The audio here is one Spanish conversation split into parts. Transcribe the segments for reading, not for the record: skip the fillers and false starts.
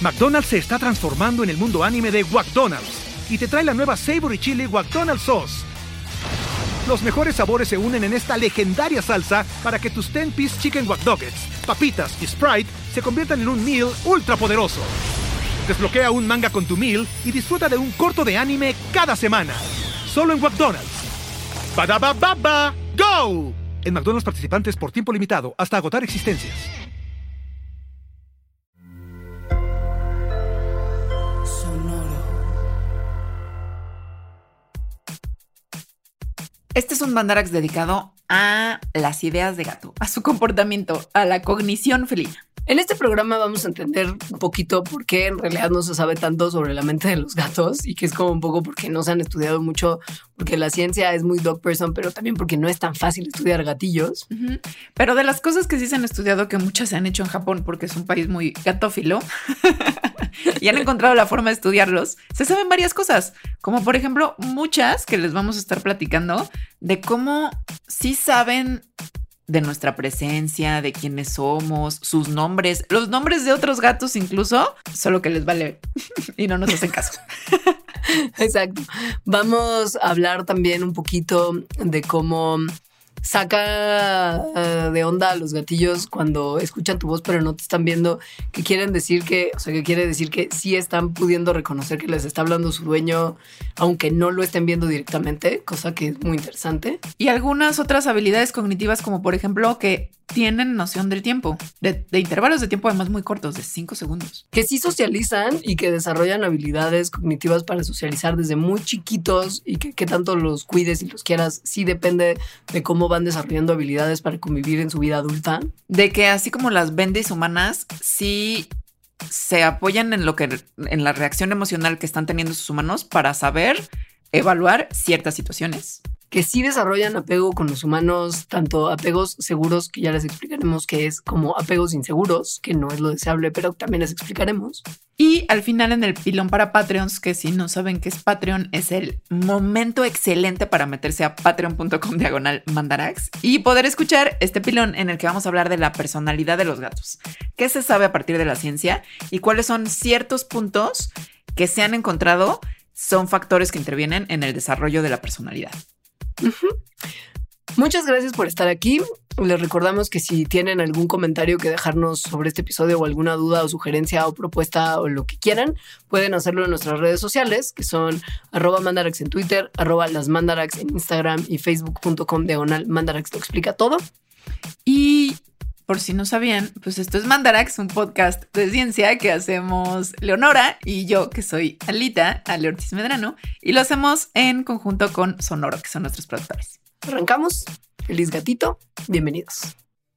McDonald's se está transformando en el mundo anime de McDonald's y te trae la nueva Savory Chili McDonald's Sauce. Los mejores sabores se unen en esta legendaria salsa para que tus 10-piece chicken wack nuggets, papitas y Sprite se conviertan en un meal ultra poderoso. Desbloquea un manga con tu meal y disfruta de un corto de anime cada semana. Solo en McDonald's. ¡Badabababa! ¡Go! En McDonald's participantes por tiempo limitado hasta agotar existencias. Este es un Mandarax dedicado a las ideas de gato, a su comportamiento, a la cognición felina. En este programa vamos a entender un poquito por qué en realidad no se sabe tanto sobre la mente de los gatos y que es como un poco porque no se han estudiado mucho, porque la ciencia es muy dog person, pero también porque no es tan fácil estudiar gatillos. Uh-huh. Pero de las cosas que sí se han estudiado, que muchas se han hecho en Japón porque es un país muy gatófilo y han encontrado la forma de estudiarlos, se saben varias cosas, como por ejemplo muchas que les vamos a estar platicando de cómo sí saben de nuestra presencia, de quiénes somos, sus nombres, los nombres de otros gatos incluso, solo que les vale y no nos hacen caso. Exacto. Vamos a hablar también un poquito de cómo saca de onda a los gatillos cuando escuchan tu voz pero no te están viendo, que quieren decir que, o sea, que quiere decir que sí están pudiendo reconocer que les está hablando su dueño, aunque no lo estén viendo directamente, cosa que es muy interesante. Y algunas otras habilidades cognitivas, como por ejemplo que tienen noción del tiempo, de intervalos de tiempo además muy cortos, de 5 segundos. Que sí socializan y que desarrollan habilidades cognitivas para socializar desde muy chiquitos y que tanto los cuides y los quieras, sí depende de cómo van desarrollando habilidades para convivir en su vida adulta. De que así como las bendis humanas, sí se apoyan en en la reacción emocional que están teniendo sus humanos para saber evaluar ciertas situaciones. Que sí desarrollan apego con los humanos, tanto apegos seguros, que ya les explicaremos qué es, como apegos inseguros, que no es lo deseable, pero también les explicaremos. Y al final en el pilón para Patreons, que si no saben qué es Patreon, es el momento excelente para meterse a patreon.com/mandarax y poder escuchar este pilón en el que vamos a hablar de la personalidad de los gatos. ¿Qué se sabe a partir de la ciencia? Y cuáles son ciertos puntos que se han encontrado son factores que intervienen en el desarrollo de la personalidad. Uh-huh. Muchas gracias por estar aquí. Les recordamos que si tienen algún comentario que dejarnos sobre este episodio o alguna duda o sugerencia o propuesta o lo que quieran, pueden hacerlo en nuestras redes sociales, que son @mandarax en Twitter, @lasmandarax en Instagram y facebook.com/mandarax lo explica todo. Y por si no sabían, pues esto es Mandarax, un podcast de ciencia que hacemos Leonora y yo, que soy Alita, Ale Ortiz Medrano, y lo hacemos en conjunto con Sonoro, que son nuestros productores. Arrancamos. Feliz gatito. Bienvenidos.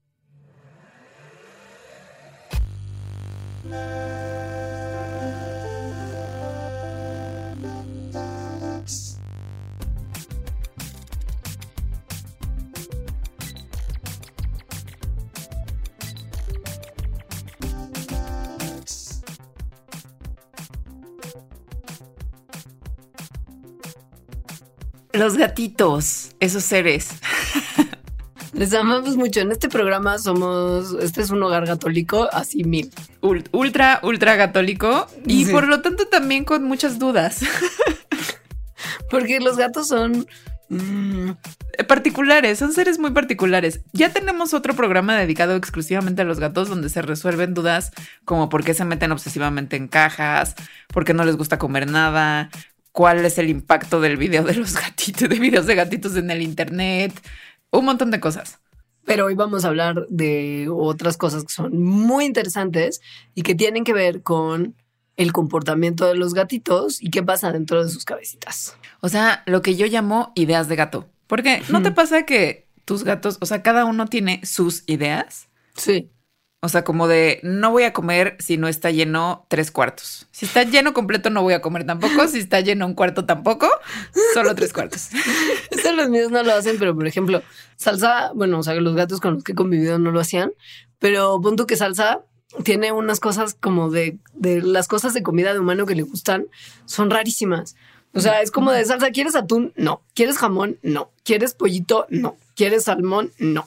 Los gatitos, esos seres. Les amamos mucho. En este programa este es un hogar gatólico, así 1000. Ultra gatólico y sí, por lo tanto también con muchas dudas. Porque los gatos son particulares, son seres muy particulares. Ya tenemos otro programa dedicado exclusivamente a los gatos donde se resuelven dudas como por qué se meten obsesivamente en cajas, por qué no les gusta comer nada, cuál es el impacto del video de los gatitos, de videos de gatitos en el internet, un montón de cosas. Pero hoy vamos a hablar de otras cosas que son muy interesantes y que tienen que ver con el comportamiento de los gatitos y qué pasa dentro de sus cabecitas. O sea, lo que yo llamo ideas de gato. Porque ¿no te pasa que tus gatos, o sea, cada uno tiene sus ideas? Sí. O sea, como de no voy a comer si no está lleno 3/4. Si está lleno completo no voy a comer tampoco. Si está lleno 1/4 tampoco. Solo 3/4. Esto los míos no lo hacen, pero por ejemplo, Salsa, bueno, o sea, los gatos con los que he convivido no lo hacían, pero punto que Salsa tiene unas cosas como de las cosas de comida de humano que le gustan, son rarísimas. O sea, es como de Salsa, ¿quieres atún? No. ¿Quieres jamón? No. ¿Quieres pollito? No. ¿Quieres salmón? No.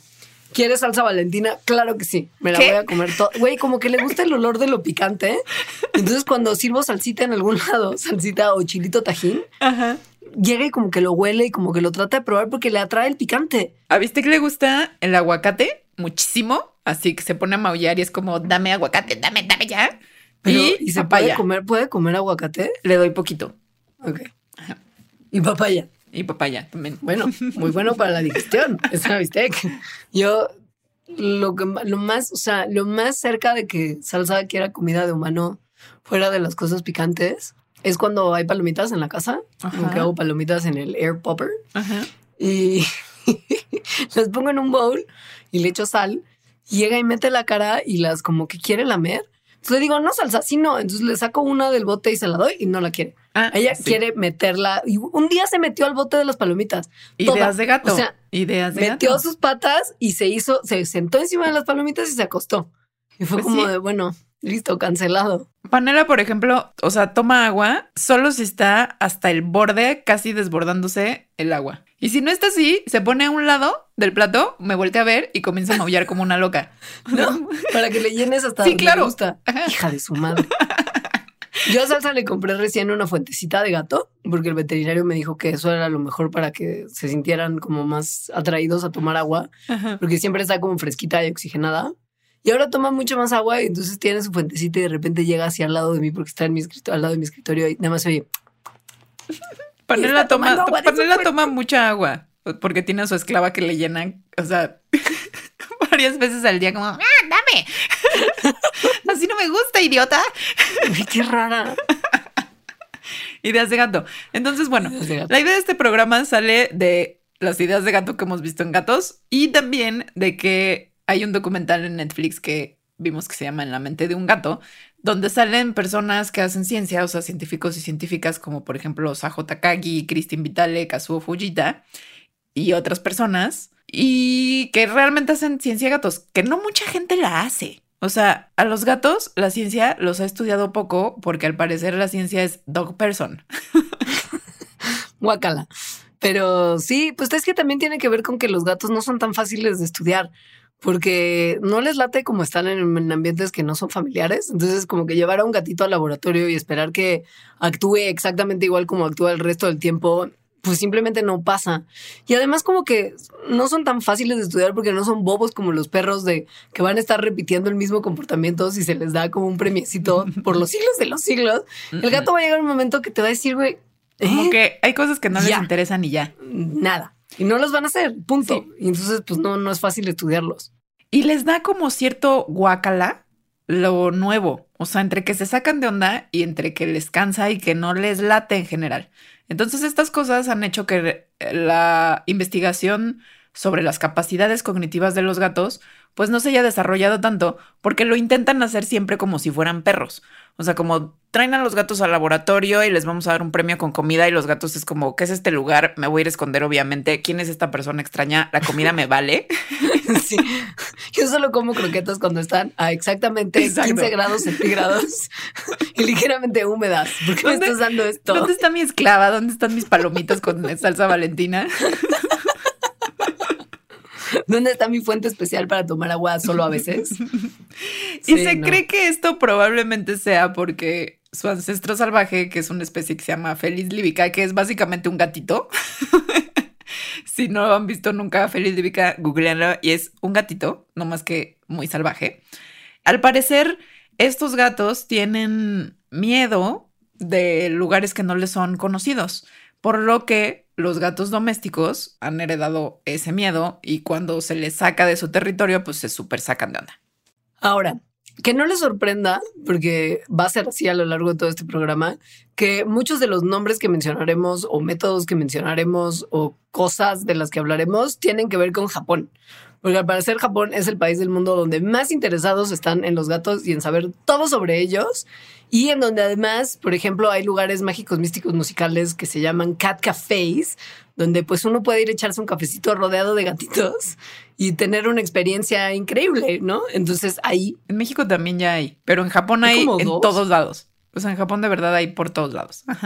¿Quieres salsa Valentina? Claro que sí. Me la voy a comer todo. Güey, como que le gusta el olor de lo picante. Entonces, cuando sirvo salsita en algún lado, salsita o chilito tajín, llega y como que lo huele y como que lo trata de probar porque le atrae el picante. ¿A viste que le gusta el aguacate? Muchísimo. Así que se pone a maullar y es como, dame aguacate, dame ya. Pero, ¿y se puede comer aguacate? Le doy poquito. Ok. Ajá. ¿Y papaya? Y papaya también. Bueno, muy bueno para la digestión. Es una bistec. Yo, lo más cerca de que salsa quiera comida de humano fuera de las cosas picantes es cuando hay palomitas en la casa. Como que hago palomitas en el air popper. Y las pongo en un bowl y le echo sal. Llega y mete la cara y las como que quiere lamer. Entonces le digo, no salsa, sí no. Entonces le saco una del bote y se la doy y no la quiere. Ella quiere meterla. Y un día se metió al bote de las palomitas. Ideas de gato. O sea, metió sus patas y se sentó encima de las palomitas y se acostó. Y fue como de, bueno, listo, cancelado. Panela, por ejemplo, o sea, toma agua solo si está hasta el borde, casi desbordándose el agua. Y si no está así, se pone a un lado del plato, me voltea a ver y comienza a maullar como una loca. ¿No? Para que le llenes hasta donde le gusta. Hija de su madre. Yo a Salsa le compré recién una fuentecita de gato, porque el veterinario me dijo que eso era lo mejor para que se sintieran como más atraídos a tomar agua, porque siempre está como fresquita y oxigenada. Y ahora toma mucho más agua y entonces tiene su fuentecita y de repente llega hacia al lado de mí porque está al lado de mi escritorio y nada más oye. Panela toma mucha agua porque tiene a su esclava que le llenan, o sea, varias veces al día como, dame. Así no me gusta, idiota. Ay, qué rara. Ideas de gato. Entonces, bueno, la idea de este programa sale de las ideas de gato que hemos visto en gatos y también de que hay un documental en Netflix que vimos que se llama En la mente de un gato, donde salen personas que hacen ciencia, o sea, científicos y científicas como por ejemplo Sajo Takagi, Kristin Vitale, Kazuo Fujita y otras personas y que realmente hacen ciencia de gatos, que no mucha gente la hace. O sea, a los gatos la ciencia los ha estudiado poco porque al parecer la ciencia es dog person. Guácala. Pero sí, pues es que también tiene que ver con que los gatos no son tan fáciles de estudiar porque no les late como están en ambientes que no son familiares. Entonces como que llevar a un gatito al laboratorio y esperar que actúe exactamente igual como actúa el resto del tiempo, pues simplemente no pasa. Y además como que no son tan fáciles de estudiar porque no son bobos como los perros de que van a estar repitiendo el mismo comportamiento si se les da como un premiecito por los siglos de los siglos. El gato va a llegar un momento que te va a decir, güey, como que hay cosas que no les interesan y ya. Nada. Y no los van a hacer, punto. Sí. Y entonces pues no es fácil estudiarlos. Y les da como cierto guácala lo nuevo. O sea, entre que se sacan de onda y entre que les cansa y que no les late en general. Entonces estas cosas han hecho que la investigación sobre las capacidades cognitivas de los gatos pues no se haya desarrollado tanto porque lo intentan hacer siempre como si fueran perros. O sea, como traen a los gatos al laboratorio y les vamos a dar un premio con comida y los gatos es como, ¿qué es este lugar? Me voy a ir a esconder obviamente. ¿Quién es esta persona extraña? ¿La comida me vale? Sí. Yo solo como croquetas cuando están a exactamente 15 grados centígrados y ligeramente húmedas. ¿Por qué me estás dando esto? ¿Dónde está mi esclava? ¿Dónde están mis palomitas con salsa Valentina? ¿Dónde está mi fuente especial para tomar agua solo a veces? Y sí, se cree que esto probablemente sea porque su ancestro salvaje, que es una especie que se llama Felis libica, que es básicamente un gatito. Si no han visto nunca Felis libica, googleanlo y es un gatito, no más que muy salvaje. Al parecer, estos gatos tienen miedo de lugares que no les son conocidos, por lo que los gatos domésticos han heredado ese miedo y cuando se les saca de su territorio, pues se súper sacan de onda. Ahora, que no les sorprenda, porque va a ser así a lo largo de todo este programa, que muchos de los nombres que mencionaremos o métodos que mencionaremos o cosas de las que hablaremos tienen que ver con Japón. Porque al parecer Japón es el país del mundo donde más interesados están en los gatos y en saber todo sobre ellos. Y en donde además, por ejemplo, hay lugares mágicos, místicos, musicales que se llaman cat cafés, donde pues uno puede ir a echarse un cafecito rodeado de gatitos y tener una experiencia increíble, ¿no? Entonces ahí... En México también ya hay, pero en Japón hay en todos lados. O sea, en Japón de verdad hay por todos lados. Ajá.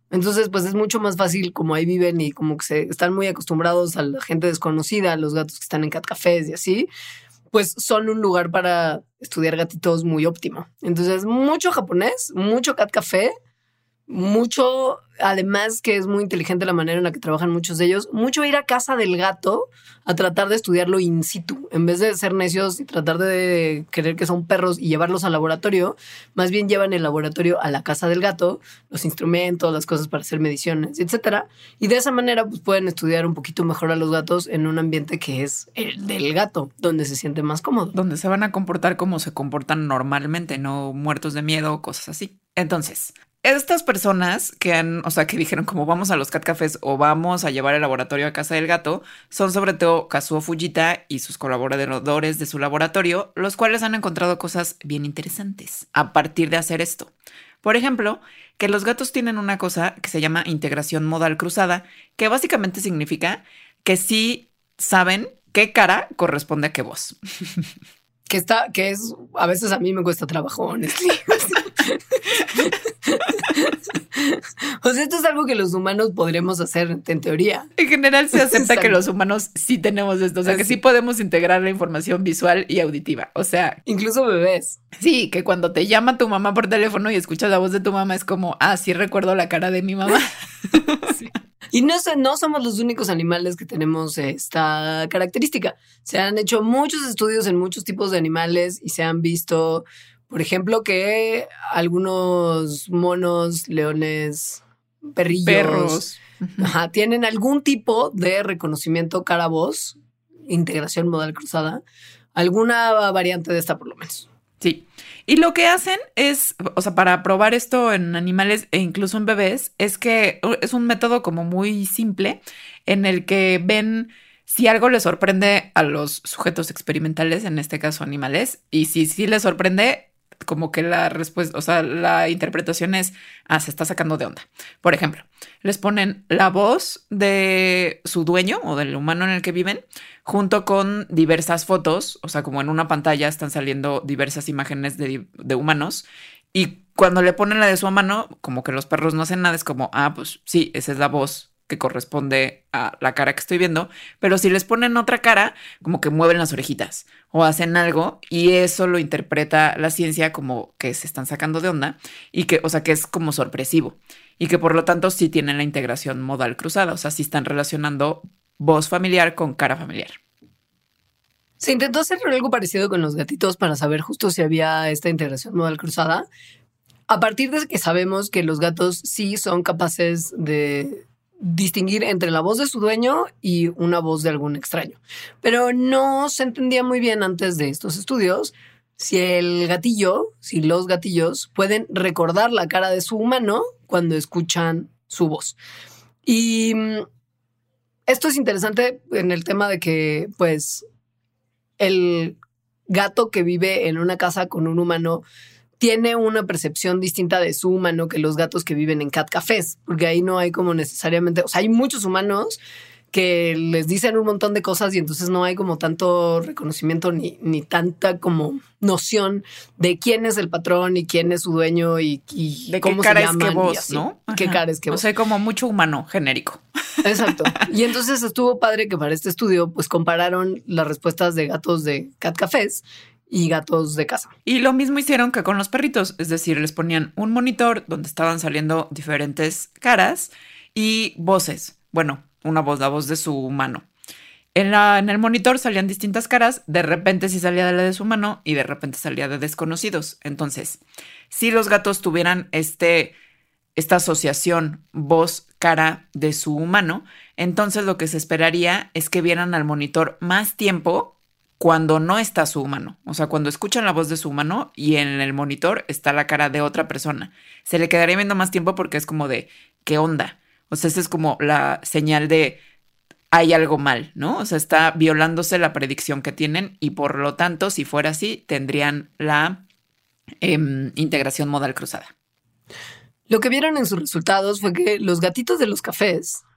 Entonces, pues es mucho más fácil como ahí viven y como que se están muy acostumbrados a la gente desconocida, a los gatos que están en cat cafés y así, pues son un lugar para estudiar gatitos muy óptimo. Entonces, mucho japonés, mucho cat café, mucho, además que es muy inteligente la manera en la que trabajan muchos de ellos, mucho ir a casa del gato a tratar de estudiarlo in situ. En vez de ser necios y tratar de creer que son perros y llevarlos al laboratorio, más bien llevan el laboratorio a la casa del gato, los instrumentos, las cosas para hacer mediciones, etcétera. Y de esa manera pues pueden estudiar un poquito mejor a los gatos en un ambiente que es el del gato, donde se siente más cómodo. Donde se van a comportar como se comportan normalmente, no muertos de miedo o cosas así. Entonces, estas personas que dijeron como vamos a los cat cafés o vamos a llevar el laboratorio a casa del gato, son sobre todo Kazuo Fujita y sus colaboradores de su laboratorio, los cuales han encontrado cosas bien interesantes a partir de hacer esto. Por ejemplo, que los gatos tienen una cosa que se llama integración modal cruzada, que básicamente significa que sí saben qué cara corresponde a qué voz. Que es, a veces a mí me cuesta trabajo, honestly. O sea, esto es algo que los humanos podremos hacer en teoría. En general se acepta que los humanos sí tenemos esto, o sea, que sí podemos integrar la información visual y auditiva. O sea, incluso bebés. Sí, que cuando te llama tu mamá por teléfono y escuchas la voz de tu mamá es como, sí recuerdo la cara de mi mamá. Sí. Y no somos los únicos animales que tenemos esta característica. Se han hecho muchos estudios en muchos tipos de animales y se han visto, por ejemplo, que algunos monos, leones, perros, tienen algún tipo de reconocimiento cara-voz, integración modal cruzada, alguna variante de esta por lo menos. Sí. Y lo que hacen es, o sea, para probar esto en animales e incluso en bebés, es que es un método como muy simple en el que ven si algo les sorprende a los sujetos experimentales, en este caso animales, y si sí les sorprende, como que la respuesta, o sea, la interpretación es, se está sacando de onda. Por ejemplo, les ponen la voz de su dueño o del humano en el que viven, junto con diversas fotos, o sea, como en una pantalla están saliendo diversas imágenes de humanos, y cuando le ponen la de su humano, como que los perros no hacen nada, es como, pues sí, esa es la voz que corresponde a la cara que estoy viendo, pero si les ponen otra cara, como que mueven las orejitas o hacen algo y eso lo interpreta la ciencia como que se están sacando de onda y que, o sea, que es como sorpresivo y que por lo tanto sí tienen la integración modal cruzada, o sea, sí están relacionando voz familiar con cara familiar. Se intentó hacer algo parecido con los gatitos para saber justo si había esta integración modal cruzada, a partir de que sabemos que los gatos sí son capaces de distinguir entre la voz de su dueño y una voz de algún extraño. Pero no se entendía muy bien antes de estos estudios si los gatillos pueden recordar la cara de su humano cuando escuchan su voz. Y esto es interesante en el tema de que, pues, el gato que vive en una casa con un humano tiene una percepción distinta de su humano que los gatos que viven en cat cafés, porque ahí no hay como necesariamente, o sea, hay muchos humanos que les dicen un montón de cosas y entonces no hay como tanto reconocimiento ni tanta como noción de quién es el patrón y quién es su dueño y de cómo qué cara se llaman, es qué voz, y así. ¿no? Ajá. Qué cara es qué voz. O sea, como mucho humano genérico. Exacto. Y entonces estuvo padre que para este estudio pues compararon las respuestas de gatos de cat cafés y gatos de casa. Y lo mismo hicieron que con los perritos, es decir, les ponían un monitor donde estaban saliendo diferentes caras y voces. Bueno, una voz, la voz de su humano. En el monitor salían distintas caras, de repente sí salía de la de su humano y de repente salía de desconocidos. Entonces, si los gatos tuvieran esta asociación voz-cara de su humano, entonces lo que se esperaría es que vieran al monitor más tiempo cuando no está su humano. O sea, cuando escuchan la voz de su humano y en el monitor está la cara de otra persona. Se le quedaría viendo más tiempo porque es como de, ¿qué onda? O sea, esa es como la señal de hay algo mal, ¿no? O sea, está violándose la predicción que tienen y por lo tanto, si fuera así, tendrían la integración modal cruzada. Lo que vieron en sus resultados fue que los gatitos de los cafés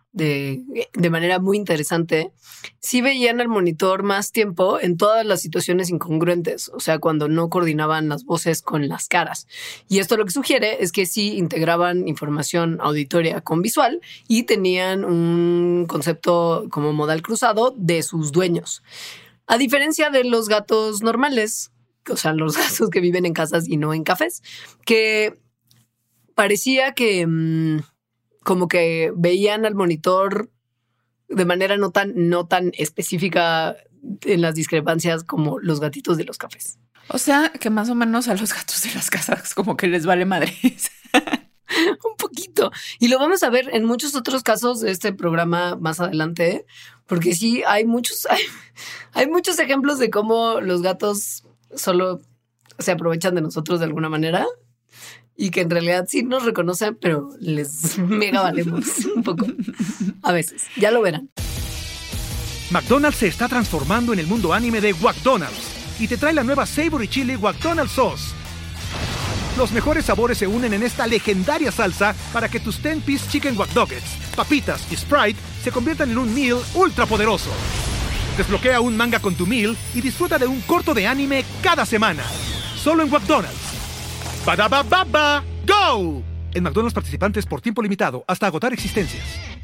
de manera muy interesante, sí veían al monitor más tiempo en todas las situaciones incongruentes, o sea, cuando no coordinaban las voces con las caras. Y esto lo que sugiere es que sí integraban información auditoria con visual y tenían un concepto como modal cruzado de sus dueños. A diferencia de los gatos normales, o sea, los gatos que viven en casas y no en cafés, que parecía que como que veían al monitor de manera no tan específica en las discrepancias como los gatitos de los cafés. O sea, que más o menos a los gatos de las casas como que les vale madres. Un poquito. Y lo vamos a ver en muchos otros casos de este programa más adelante, porque sí, hay muchos ejemplos de cómo los gatos solo se aprovechan de nosotros de alguna manera y que en realidad sí nos reconocen, pero les mega valemos un poco. A veces, ya lo verán. McDonald's se está transformando en el mundo anime de McDonald's y te trae la nueva Savory Chili McDonald's Sauce. Los mejores sabores se unen en esta legendaria salsa para que tus 10-piece chicken wack nuggets, papitas y Sprite se conviertan en un meal ultra poderoso. Desbloquea un manga con tu meal y disfruta de un corto de anime cada semana. Solo en McDonald's. ¡Badabababa! ¡Go! En McDonald's participantes por tiempo limitado hasta agotar existencias.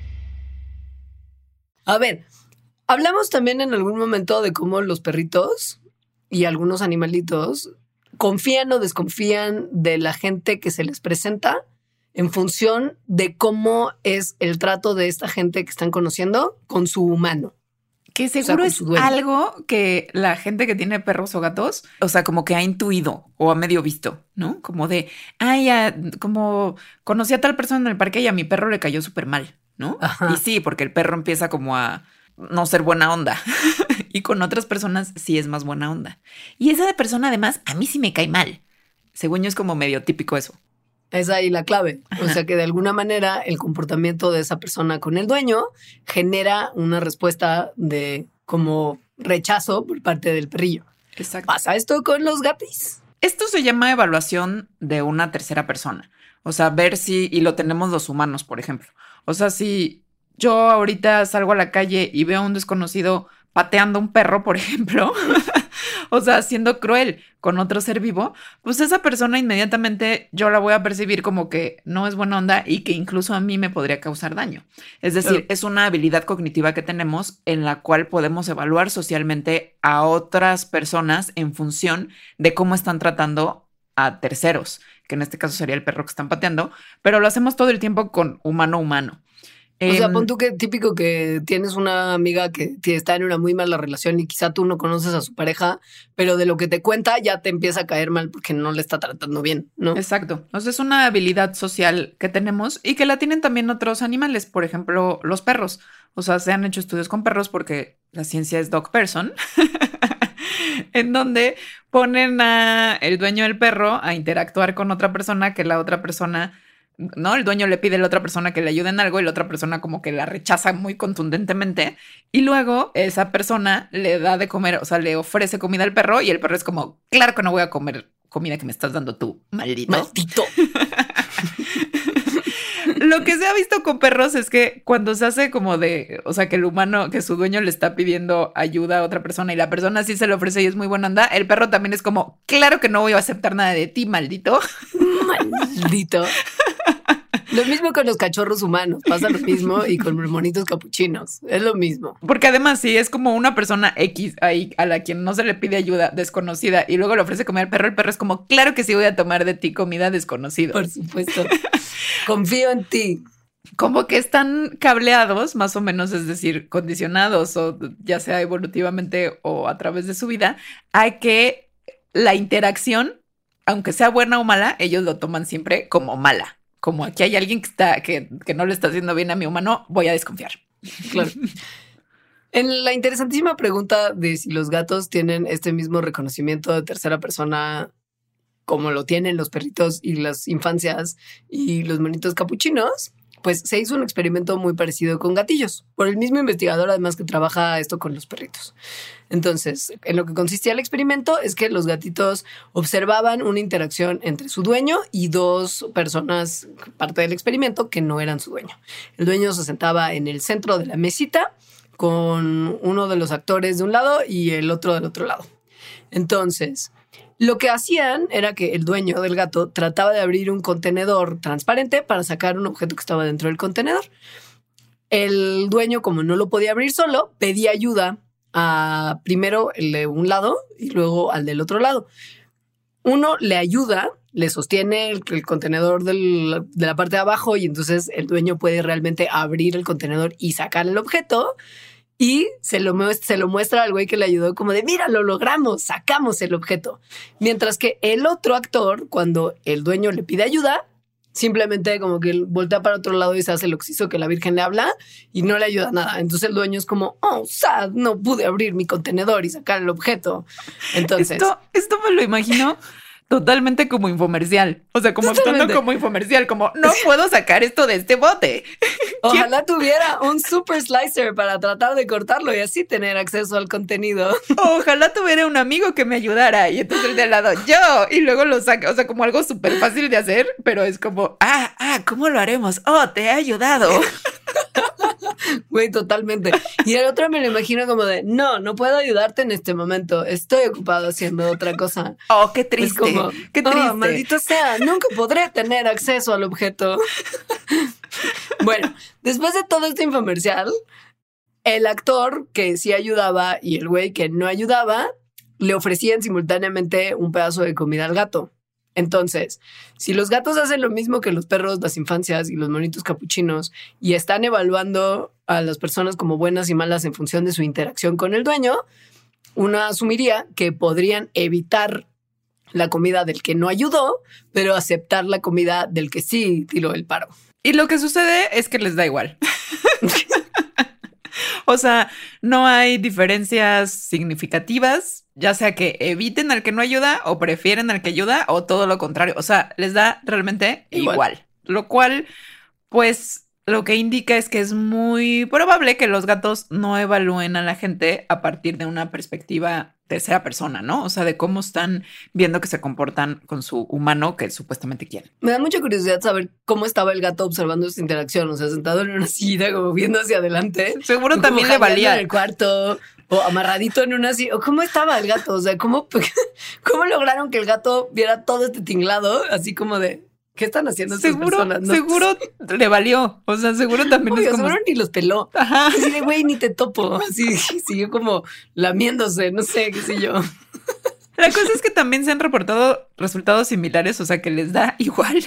A ver, hablamos también en algún momento de cómo los perritos y algunos animalitos confían o desconfían de la gente que se les presenta en función de cómo es el trato de esta gente que están conociendo con su humano. Que seguro es algo que la gente que tiene perros o gatos, o sea, como que ha intuido o ha medio visto, ¿no? Como de, como conocí a tal persona en el parque y a mi perro le cayó súper mal, ¿no? Ajá. Y sí, porque el perro empieza como a no ser buena onda y con otras personas sí es más buena onda. Y esa persona además a mí sí me cae mal. Según yo es como medio típico eso. Es ahí la clave. Ajá. O sea que de alguna manera el comportamiento de esa persona con el dueño genera una respuesta de como rechazo por parte del perrillo. Exacto. ¿Pasa esto con los gatis? Esto se llama evaluación de una tercera persona. O sea, ver si, y lo tenemos los humanos, por ejemplo. O sea, si yo ahorita salgo a la calle y veo a un desconocido pateando a un perro, por ejemplo, o sea, siendo cruel con otro ser vivo, pues esa persona inmediatamente yo la voy a percibir como que no es buena onda y que incluso a mí me podría causar daño. Es decir, es una habilidad cognitiva que tenemos en la cual podemos evaluar socialmente a otras personas en función de cómo están tratando a terceros, que en este caso sería el perro que están pateando, pero lo hacemos todo el tiempo con humano a humano. O sea, pon tú que típico que tienes una amiga que está en una muy mala relación y quizá tú no conoces a su pareja, pero de lo que te cuenta ya te empieza a caer mal porque no le está tratando bien, ¿no? Exacto. O sea, es una habilidad social que tenemos y que la tienen también otros animales, por ejemplo, los perros. O sea, se han hecho estudios con perros porque la ciencia es dog person, en donde ponen a el dueño del perro a interactuar con otra persona que la otra persona... ¿no? El dueño le pide a la otra persona que le ayude en algo y la otra persona como que la rechaza muy contundentemente y luego esa persona le da de comer, o sea, le ofrece comida al perro y el perro es como, claro que no voy a comer comida que me estás dando tú, maldito. Maldito. Lo que se ha visto con perros es que cuando se hace como de, o sea, que el humano, que su dueño le está pidiendo ayuda a otra persona y la persona sí se le ofrece y es muy buena onda, el perro también es como, claro que no voy a aceptar nada de ti, maldito. Maldito. Lo mismo con los cachorros humanos, pasa lo mismo y con los monitos capuchinos, es lo mismo. Porque además si es como una persona X ahí a la quien no se le pide ayuda, desconocida, y luego le ofrece comer al perro, el perro es como, claro que sí voy a tomar de ti comida desconocido. Por supuesto, confío en ti. Como que están cableados, más o menos, es decir, condicionados, o ya sea evolutivamente o a través de su vida, a que la interacción, aunque sea buena o mala, ellos lo toman siempre como mala. Como aquí hay alguien que no le está haciendo bien a mi humano, voy a desconfiar. Claro. En la interesantísima pregunta de si los gatos tienen este mismo reconocimiento de tercera persona como lo tienen los perritos y las infancias y los monitos capuchinos, pues se hizo un experimento muy parecido con gatillos, por el mismo investigador además que trabaja esto con los perritos. Entonces, en lo que consistía el experimento es que los gatitos observaban una interacción entre su dueño y dos personas, parte del experimento, que no eran su dueño. El dueño se sentaba en el centro de la mesita con uno de los actores de un lado y el otro del otro lado. Entonces, lo que hacían era que el dueño del gato trataba de abrir un contenedor transparente para sacar un objeto que estaba dentro del contenedor. El dueño, como no lo podía abrir solo, pedía ayuda a primero el de un lado y luego al del otro lado. Uno le ayuda, le sostiene el contenedor de la parte de abajo y entonces el dueño puede realmente abrir el contenedor y sacar el objeto. Y se lo muestra al güey que le ayudó como de, mira, lo logramos, sacamos el objeto. Mientras que el otro actor, cuando el dueño le pide ayuda, simplemente como que voltea para otro lado y se hace lo que hizo que la Virgen le habla y no le ayuda nada. Entonces el dueño es como, oh, sad, no pude abrir mi contenedor y sacar el objeto. Entonces... Esto me lo imagino totalmente como infomercial. O sea, como actuando como infomercial, como no puedo sacar esto de este bote. Ojalá tuviera un super slicer para tratar de cortarlo y así tener acceso al contenido. Ojalá tuviera un amigo que me ayudara y entonces el de al lado yo y luego lo saca. O sea, como algo súper fácil de hacer, pero es como, ¿cómo lo haremos? Oh, te he ayudado. Güey, totalmente. Y el otro me lo imagino como de, no puedo ayudarte en este momento. Estoy ocupado haciendo otra cosa. Oh, qué triste. Es como, qué triste. Oh, maldito sea, nunca podré tener acceso al objeto. Bueno, después de todo este infomercial, el actor que sí ayudaba y el güey que no ayudaba le ofrecían simultáneamente un pedazo de comida al gato. Entonces, si los gatos hacen lo mismo que los perros, las infancias y los monitos capuchinos y están evaluando a las personas como buenas y malas en función de su interacción con el dueño, uno asumiría que podrían evitar la comida del que no ayudó, pero aceptar la comida del que sí tiró el paro. Y lo que sucede es que les da igual. O sea, no hay diferencias significativas, ya sea que eviten al que no ayuda o prefieren al que ayuda o todo lo contrario. O sea, les da realmente igual. Lo cual, pues, lo que indica es que es muy probable que los gatos no evalúen a la gente a partir de una perspectiva tercera persona, ¿no? O sea, de cómo están viendo que se comportan con su humano que supuestamente quieren. Me da mucha curiosidad saber cómo estaba el gato observando esta interacción. O sea, sentado en una silla, como viendo hacia adelante. Seguro también le valía. En el cuarto, o amarradito en una silla. O cómo estaba el gato. O sea, ¿cómo lograron que el gato viera todo este tinglado? Así como de, ¿qué están haciendo estas personas? ¿No? Seguro le valió. O sea, seguro también obvio, es como... seguro ni los peló. Ajá. Así de, güey, ni te topo. Así siguió como lamiéndose, no sé, qué sé yo. La cosa es que también se han reportado resultados similares, o sea, que les da igual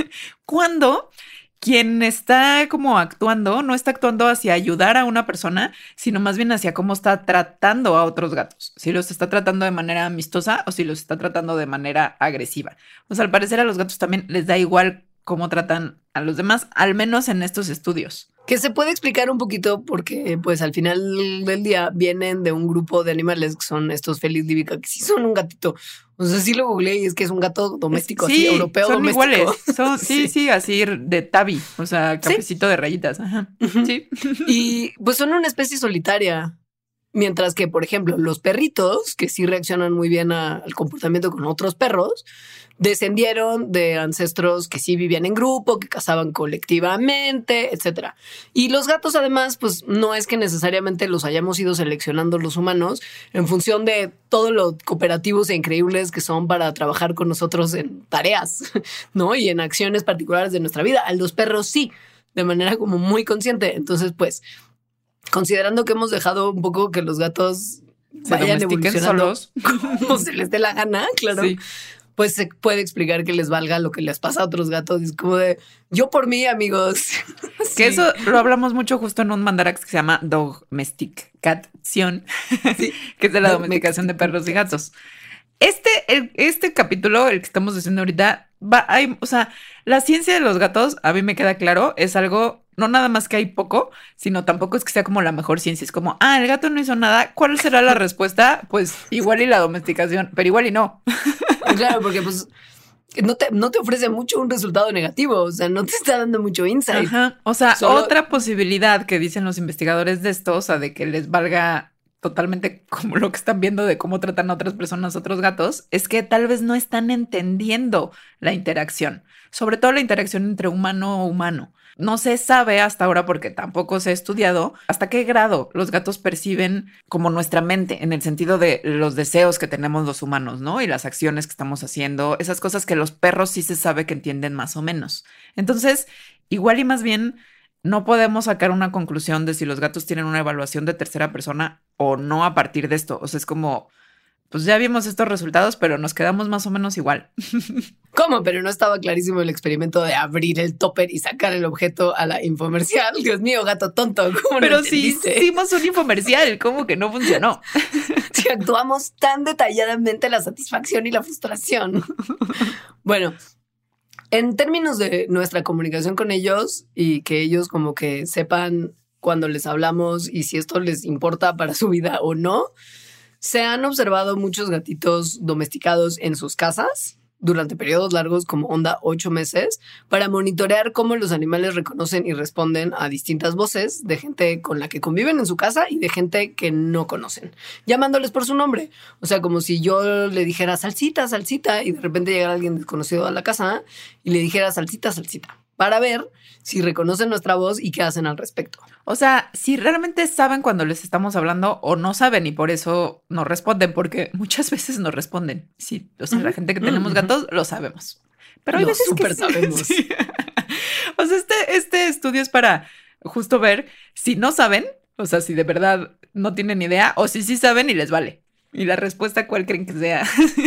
cuando quien está como actuando no está actuando hacia ayudar a una persona, sino más bien hacia cómo está tratando a otros gatos. Si los está tratando de manera amistosa o si los está tratando de manera agresiva. O sea, al parecer a los gatos también les da igual cómo tratan a los demás, al menos en estos estudios. Que se puede explicar un poquito porque, pues, al final del día vienen de un grupo de animales que son estos Felis libica, que sí son un gatito. O sea, sí lo googleé y es que es un gato doméstico, sí, así, europeo son doméstico. Iguales. Sí, así de tabi, o sea, cafecito de rayitas. Ajá. Uh-huh. Sí. Y pues son una especie solitaria. Mientras que, por ejemplo, los perritos, que sí reaccionan muy bien al comportamiento con otros perros, descendieron de ancestros que sí vivían en grupo, que cazaban colectivamente, etcétera. Y los gatos, además, pues no es que necesariamente los hayamos ido seleccionando los humanos en función de todo lo cooperativos e increíbles que son para trabajar con nosotros en tareas, ¿no? Y en acciones particulares de nuestra vida. A los perros sí, de manera como muy consciente. Entonces, pues, considerando que hemos dejado un poco que los gatos vayan evolucionando solos como se les dé la gana, claro. Sí. Pues se puede explicar que les valga lo que les pasa a otros gatos. Es como de, yo por mí, amigos. Que eso lo hablamos mucho justo en un mandarax que se llama Domesticación, sí. Que es de la domesticación de perros y gatos. Este capítulo, el que estamos haciendo ahorita, o sea, la ciencia de los gatos, a mí me queda claro, es algo, no nada más que hay poco, sino tampoco es que sea como la mejor ciencia. Es como, el gato no hizo nada. ¿Cuál será la respuesta? Pues igual y la domesticación, pero igual y no. Claro, porque pues no te ofrece mucho un resultado negativo, o sea, no te está dando mucho insight. Ajá. O sea, otra posibilidad que dicen los investigadores de esto, o sea, de que les valga totalmente como lo que están viendo de cómo tratan a otras personas, otros gatos, es que tal vez no están entendiendo la interacción, sobre todo la interacción entre humano a humano. No se sabe hasta ahora, porque tampoco se ha estudiado, hasta qué grado los gatos perciben como nuestra mente, en el sentido de los deseos que tenemos los humanos, ¿no? Y las acciones que estamos haciendo, esas cosas que los perros sí se sabe que entienden más o menos. Entonces, igual y más bien, no podemos sacar una conclusión de si los gatos tienen una evaluación de tercera persona o no a partir de esto. O sea, es como, pues ya vimos estos resultados, pero nos quedamos más o menos igual. ¿Cómo? Pero no estaba clarísimo el experimento de abrir el topper y sacar el objeto a la infomercial. Dios mío, gato tonto. ¿Cómo pero no sí hicimos un infomercial, ¿cómo que no funcionó? Si actuamos tan detalladamente la satisfacción y la frustración. Bueno, en términos de nuestra comunicación con ellos y que ellos como que sepan cuando les hablamos y si esto les importa para su vida o no, se han observado muchos gatitos domesticados en sus casas durante periodos largos, como onda 8 meses, para monitorear cómo los animales reconocen y responden a distintas voces de gente con la que conviven en su casa y de gente que no conocen, llamándoles por su nombre. O sea, como si yo le dijera Salsita, Salsita, y de repente llegara alguien desconocido a la casa y le dijera Salsita, Salsita, para ver si reconocen nuestra voz y qué hacen al respecto. O sea, si realmente saben cuando les estamos hablando o no saben y por eso nos responden, porque muchas veces nos responden. Sí, o sea, la gente que tenemos gatos lo sabemos. Pero hay veces que sabemos. Sí. O sea, este estudio es para justo ver si no saben, o sea, si de verdad no tienen idea o si sí saben y les vale. Y la respuesta, ¿cuál creen que sea?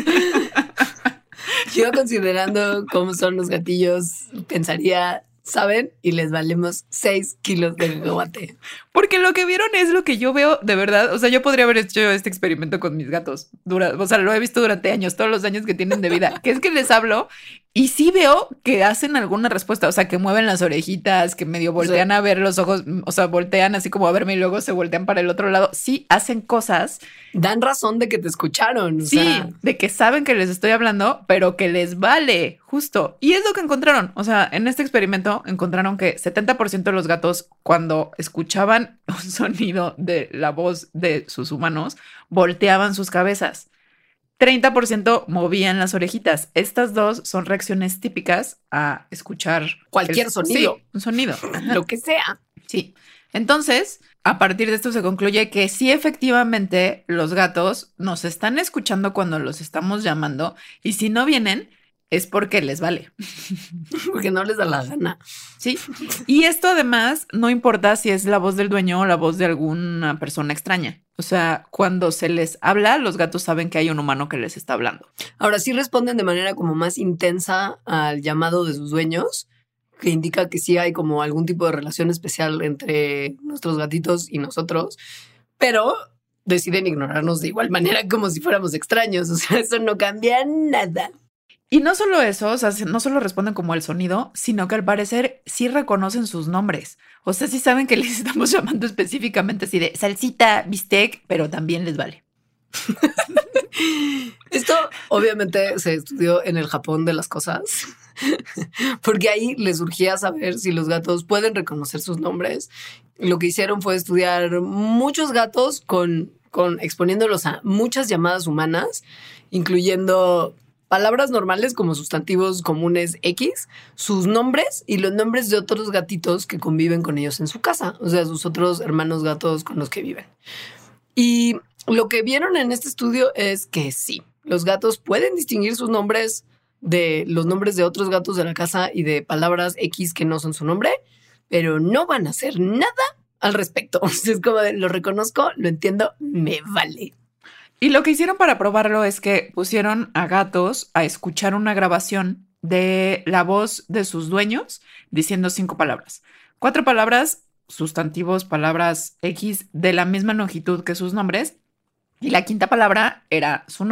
Yo, considerando cómo son los gatillos, pensaría, ¿saben? Y les valemos 6 kilos de cacahuate. Porque lo que vieron es lo que yo veo de verdad. O sea, yo podría haber hecho este experimento con mis gatos. O sea, lo he visto durante años, todos los años que tienen de vida. Que es que les hablo y sí veo que hacen alguna respuesta. O sea, que mueven las orejitas, que medio voltean a ver los ojos. O sea, voltean así como a verme y luego se voltean para el otro lado. Sí, hacen cosas. Dan razón de que te escucharon. Sí, de que saben que les estoy hablando, pero que les vale, justo. Y es lo que encontraron. O sea, en este experimento encontraron que 70% de los gatos, cuando escuchaban un sonido de la voz de sus humanos, volteaban sus cabezas. 30% movían las orejitas. Estas dos son reacciones típicas a escuchar cualquier sonido. Sí, un sonido. Lo que sea. Sí. Entonces, a partir de esto se concluye que sí, efectivamente, los gatos nos están escuchando cuando los estamos llamando y si no vienen es porque les vale. Porque no les da la gana. Sí. Y esto además no importa si es la voz del dueño o la voz de alguna persona extraña. O sea, cuando se les habla, los gatos saben que hay un humano que les está hablando. Ahora sí responden de manera como más intensa al llamado de sus dueños, que indica que sí hay como algún tipo de relación especial entre nuestros gatitos y nosotros, pero deciden ignorarnos de igual manera como si fuéramos extraños. O sea, eso no cambia nada. Y no solo eso, o sea, no solo responden como al sonido, sino que al parecer sí reconocen sus nombres. O sea, sí saben que les estamos llamando específicamente así de Salsita, Bistec, pero también les vale. Esto obviamente se estudió en el Japón de las cosas, porque ahí les surgía saber si los gatos pueden reconocer sus nombres. Lo que hicieron fue estudiar muchos gatos con exponiéndolos a muchas llamadas humanas, incluyendo palabras normales como sustantivos comunes X, sus nombres y los nombres de otros gatitos que conviven con ellos en su casa, o sea, sus otros hermanos gatos con los que viven. Y lo que vieron en este estudio es que sí, los gatos pueden distinguir sus nombres de los nombres de otros gatos de la casa y de palabras X que no son su nombre, pero no van a hacer nada al respecto. O sea, es como de, lo reconozco, lo entiendo, me vale. Y lo que hicieron para probarlo es que pusieron a gatos a escuchar una grabación de la voz de sus dueños diciendo 5 palabras. 4 palabras, sustantivos, palabras X de la misma longitud que sus nombres. Y la quinta palabra era su nombre.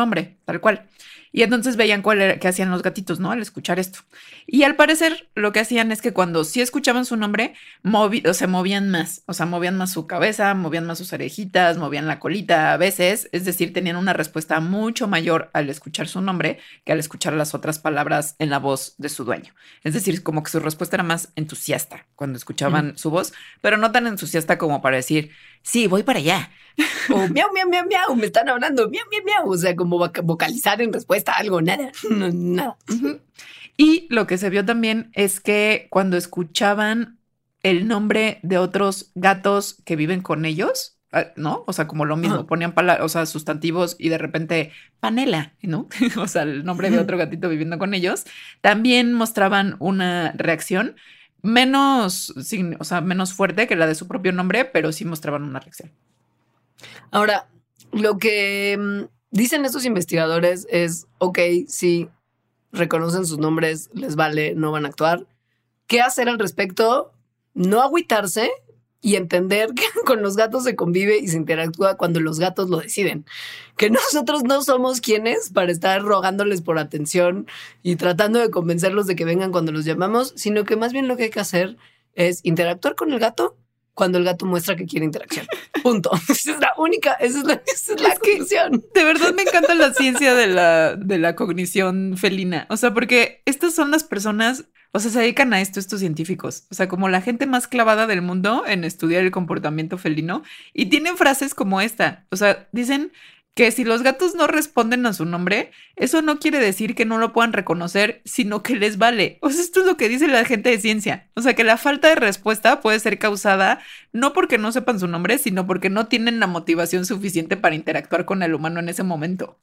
tal cual. Y entonces veían qué hacían los gatitos, ¿no? Al escuchar esto. Y al parecer lo que hacían es que cuando sí escuchaban su nombre, se movían más. O sea, movían más su cabeza, movían más sus orejitas, movían la colita a veces. Es decir, tenían una respuesta mucho mayor al escuchar su nombre que al escuchar las otras palabras en la voz de su dueño. Es decir, como que su respuesta era más entusiasta cuando escuchaban su voz, pero no tan entusiasta como para decir, sí, voy para allá. O miau, miau, miau, miau, me están hablando, miau, miau, miau. O sea, como vocalizar en respuesta a algo, nada, nada. Y lo que se vio también es que cuando escuchaban el nombre de otros gatos que viven con ellos, ¿no? O sea, como lo mismo, ponían sustantivos y de repente panela, ¿no? O sea, el nombre de otro gatito viviendo con ellos, también mostraban una reacción menos fuerte que la de su propio nombre, pero sí mostraban una reacción. Ahora, lo que dicen estos investigadores es, ok, sí, reconocen sus nombres, les vale, no van a actuar. ¿Qué hacer al respecto? No agüitarse y entender que con los gatos se convive y se interactúa cuando los gatos lo deciden. Que nosotros no somos quienes para estar rogándoles por atención y tratando de convencerlos de que vengan cuando los llamamos, sino que más bien lo que hay que hacer es interactuar con el gato cuando el gato muestra que quiere interacción. Punto. Esa es la única, esa es la conclusión. De verdad me encanta la ciencia de la cognición felina. O sea, porque estas son las personas, o sea, se dedican a esto estos científicos. O sea, como la gente más clavada del mundo en estudiar el comportamiento felino. Y tienen frases como esta. O sea, dicen que si los gatos no responden a su nombre, eso no quiere decir que no lo puedan reconocer, sino que les vale. O sea, esto es lo que dice la gente de ciencia. O sea, que la falta de respuesta puede ser causada no porque no sepan su nombre, sino porque no tienen la motivación suficiente para interactuar con el humano en ese momento.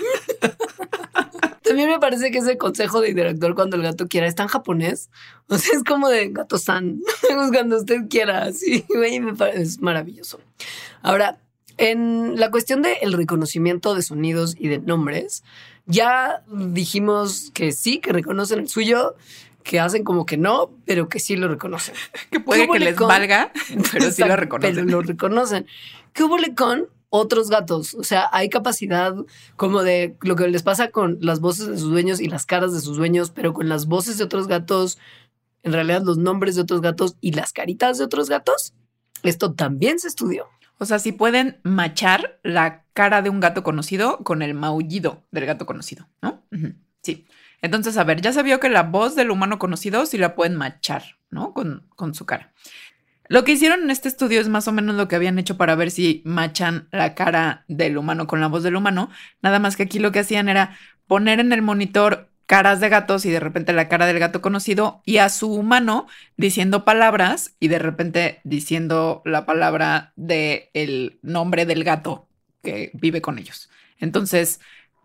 También me parece que ese consejo de interactuar cuando el gato quiera es tan japonés. O sea, es como de gato-san, cuando usted quiera. Sí, güey, me parece, es maravilloso. Ahora, en la cuestión del reconocimiento de sonidos y de nombres, ya dijimos que sí, que reconocen el suyo, que hacen como que no, pero que sí lo reconocen. Que puede que les valga, pero sí lo reconocen. Pero lo reconocen. ¿Qué hubo con otros gatos? O sea, hay capacidad como de lo que les pasa con las voces de sus dueños y las caras de sus dueños, pero con las voces de otros gatos, en realidad los nombres de otros gatos y las caritas de otros gatos. Esto también se estudió. O sea, si pueden machar la cara de un gato conocido con el maullido del gato conocido, ¿no? Sí. Entonces, a ver, ya se vio que la voz del humano conocido sí la pueden machar, ¿no? Con su cara. Lo que hicieron en este estudio es más o menos lo que habían hecho para ver si machan la cara del humano con la voz del humano. Nada más que aquí lo que hacían era poner en el monitor caras de gatos y de repente la cara del gato conocido y a su humano diciendo palabras y de repente diciendo la palabra del nombre del gato que vive con ellos. Entonces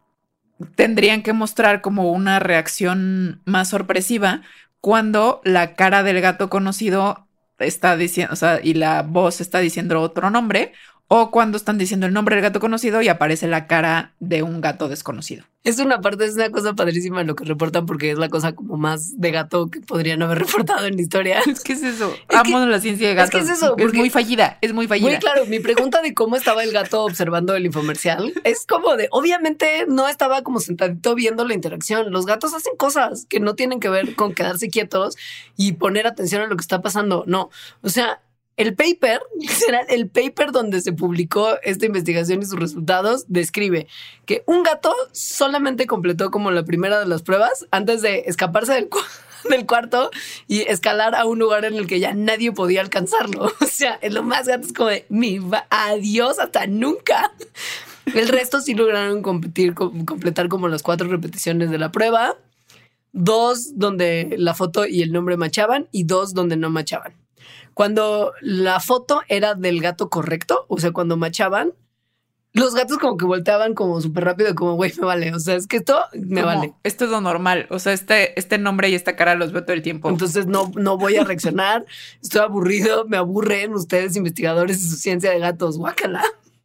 tendrían que mostrar como una reacción más sorpresiva cuando la cara del gato conocido está diciendo, o sea, y la voz está diciendo otro nombre, o cuando están diciendo el nombre del gato conocido y aparece la cara de un gato desconocido. Es una cosa padrísima lo que reportan porque es la cosa como más de gato que podrían haber reportado en la historia. Es que es eso. Amo la ciencia de gatos. Es que es eso. Es muy fallida. Muy claro, mi pregunta de cómo estaba el gato observando el infomercial es como de, obviamente no estaba como sentadito viendo la interacción. Los gatos hacen cosas que no tienen que ver con quedarse quietos y poner atención a lo que está pasando. No, o sea, el paper, literal, el paper donde se publicó esta investigación y sus resultados describe que un gato solamente completó como la primera de las pruebas antes de escaparse del cuarto y escalar a un lugar en el que ya nadie podía alcanzarlo. O sea, es lo más gato, es como de adiós, hasta nunca. El resto sí lograron completar como las 4 repeticiones de la prueba. 2 donde la foto y el nombre machaban y 2 donde no machaban. Cuando la foto era del gato correcto, o sea, cuando machaban, los gatos como que volteaban como súper rápido, como, güey, me vale. O sea, es que esto me vale. Esto es lo normal. O sea, este nombre y esta cara los veo todo el tiempo. Entonces no voy a reaccionar. Estoy aburrido. Me aburren ustedes, investigadores de su ciencia de gatos. Guácala.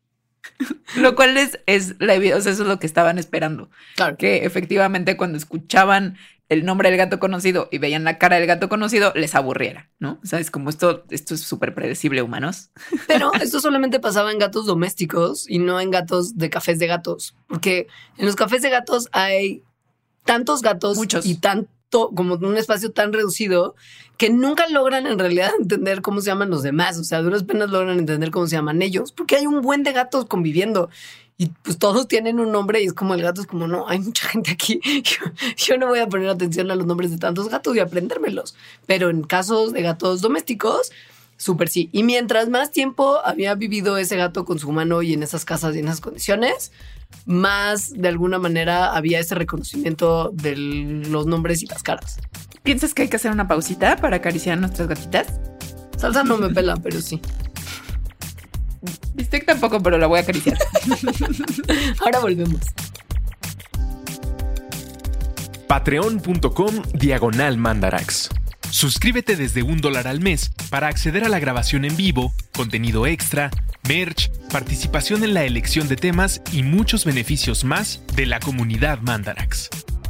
Lo cual es la evidencia, o sea, eso es lo que estaban esperando. Claro. Que efectivamente cuando escuchaban el nombre del gato conocido y veían la cara del gato conocido, les aburriera, ¿no? O sea, es como esto es súper predecible, humanos. Pero esto solamente pasaba en gatos domésticos y no en gatos de cafés de gatos. Porque en los cafés de gatos hay tantos gatos Muchos. y tanto, como un espacio tan reducido, que nunca logran en realidad entender cómo se llaman los demás. O sea, a duras penas logran entender cómo se llaman ellos, porque hay un buen de gatos conviviendo. Y pues todos tienen un nombre y es como el gato es como, no, hay mucha gente aquí. Yo no voy a poner atención a los nombres de tantos gatos y aprendérmelos. Pero en casos de gatos domésticos, súper sí. Y mientras más tiempo había vivido ese gato con su humano y en esas casas y en esas condiciones, más de alguna manera había ese reconocimiento de los nombres y las caras. ¿Piensas que hay que hacer una pausita para acariciar a nuestras gatitas? Salsa no me pela, pero sí. Bistec tampoco, pero la voy a acariciar. Ahora volvemos. Patreon.com/Mandarax. Suscríbete desde $1 al mes para acceder a la grabación en vivo, contenido extra, merch, participación en la elección de temas y muchos beneficios más de la comunidad Mandarax.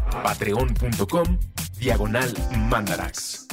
Patreon.com/Mandarax.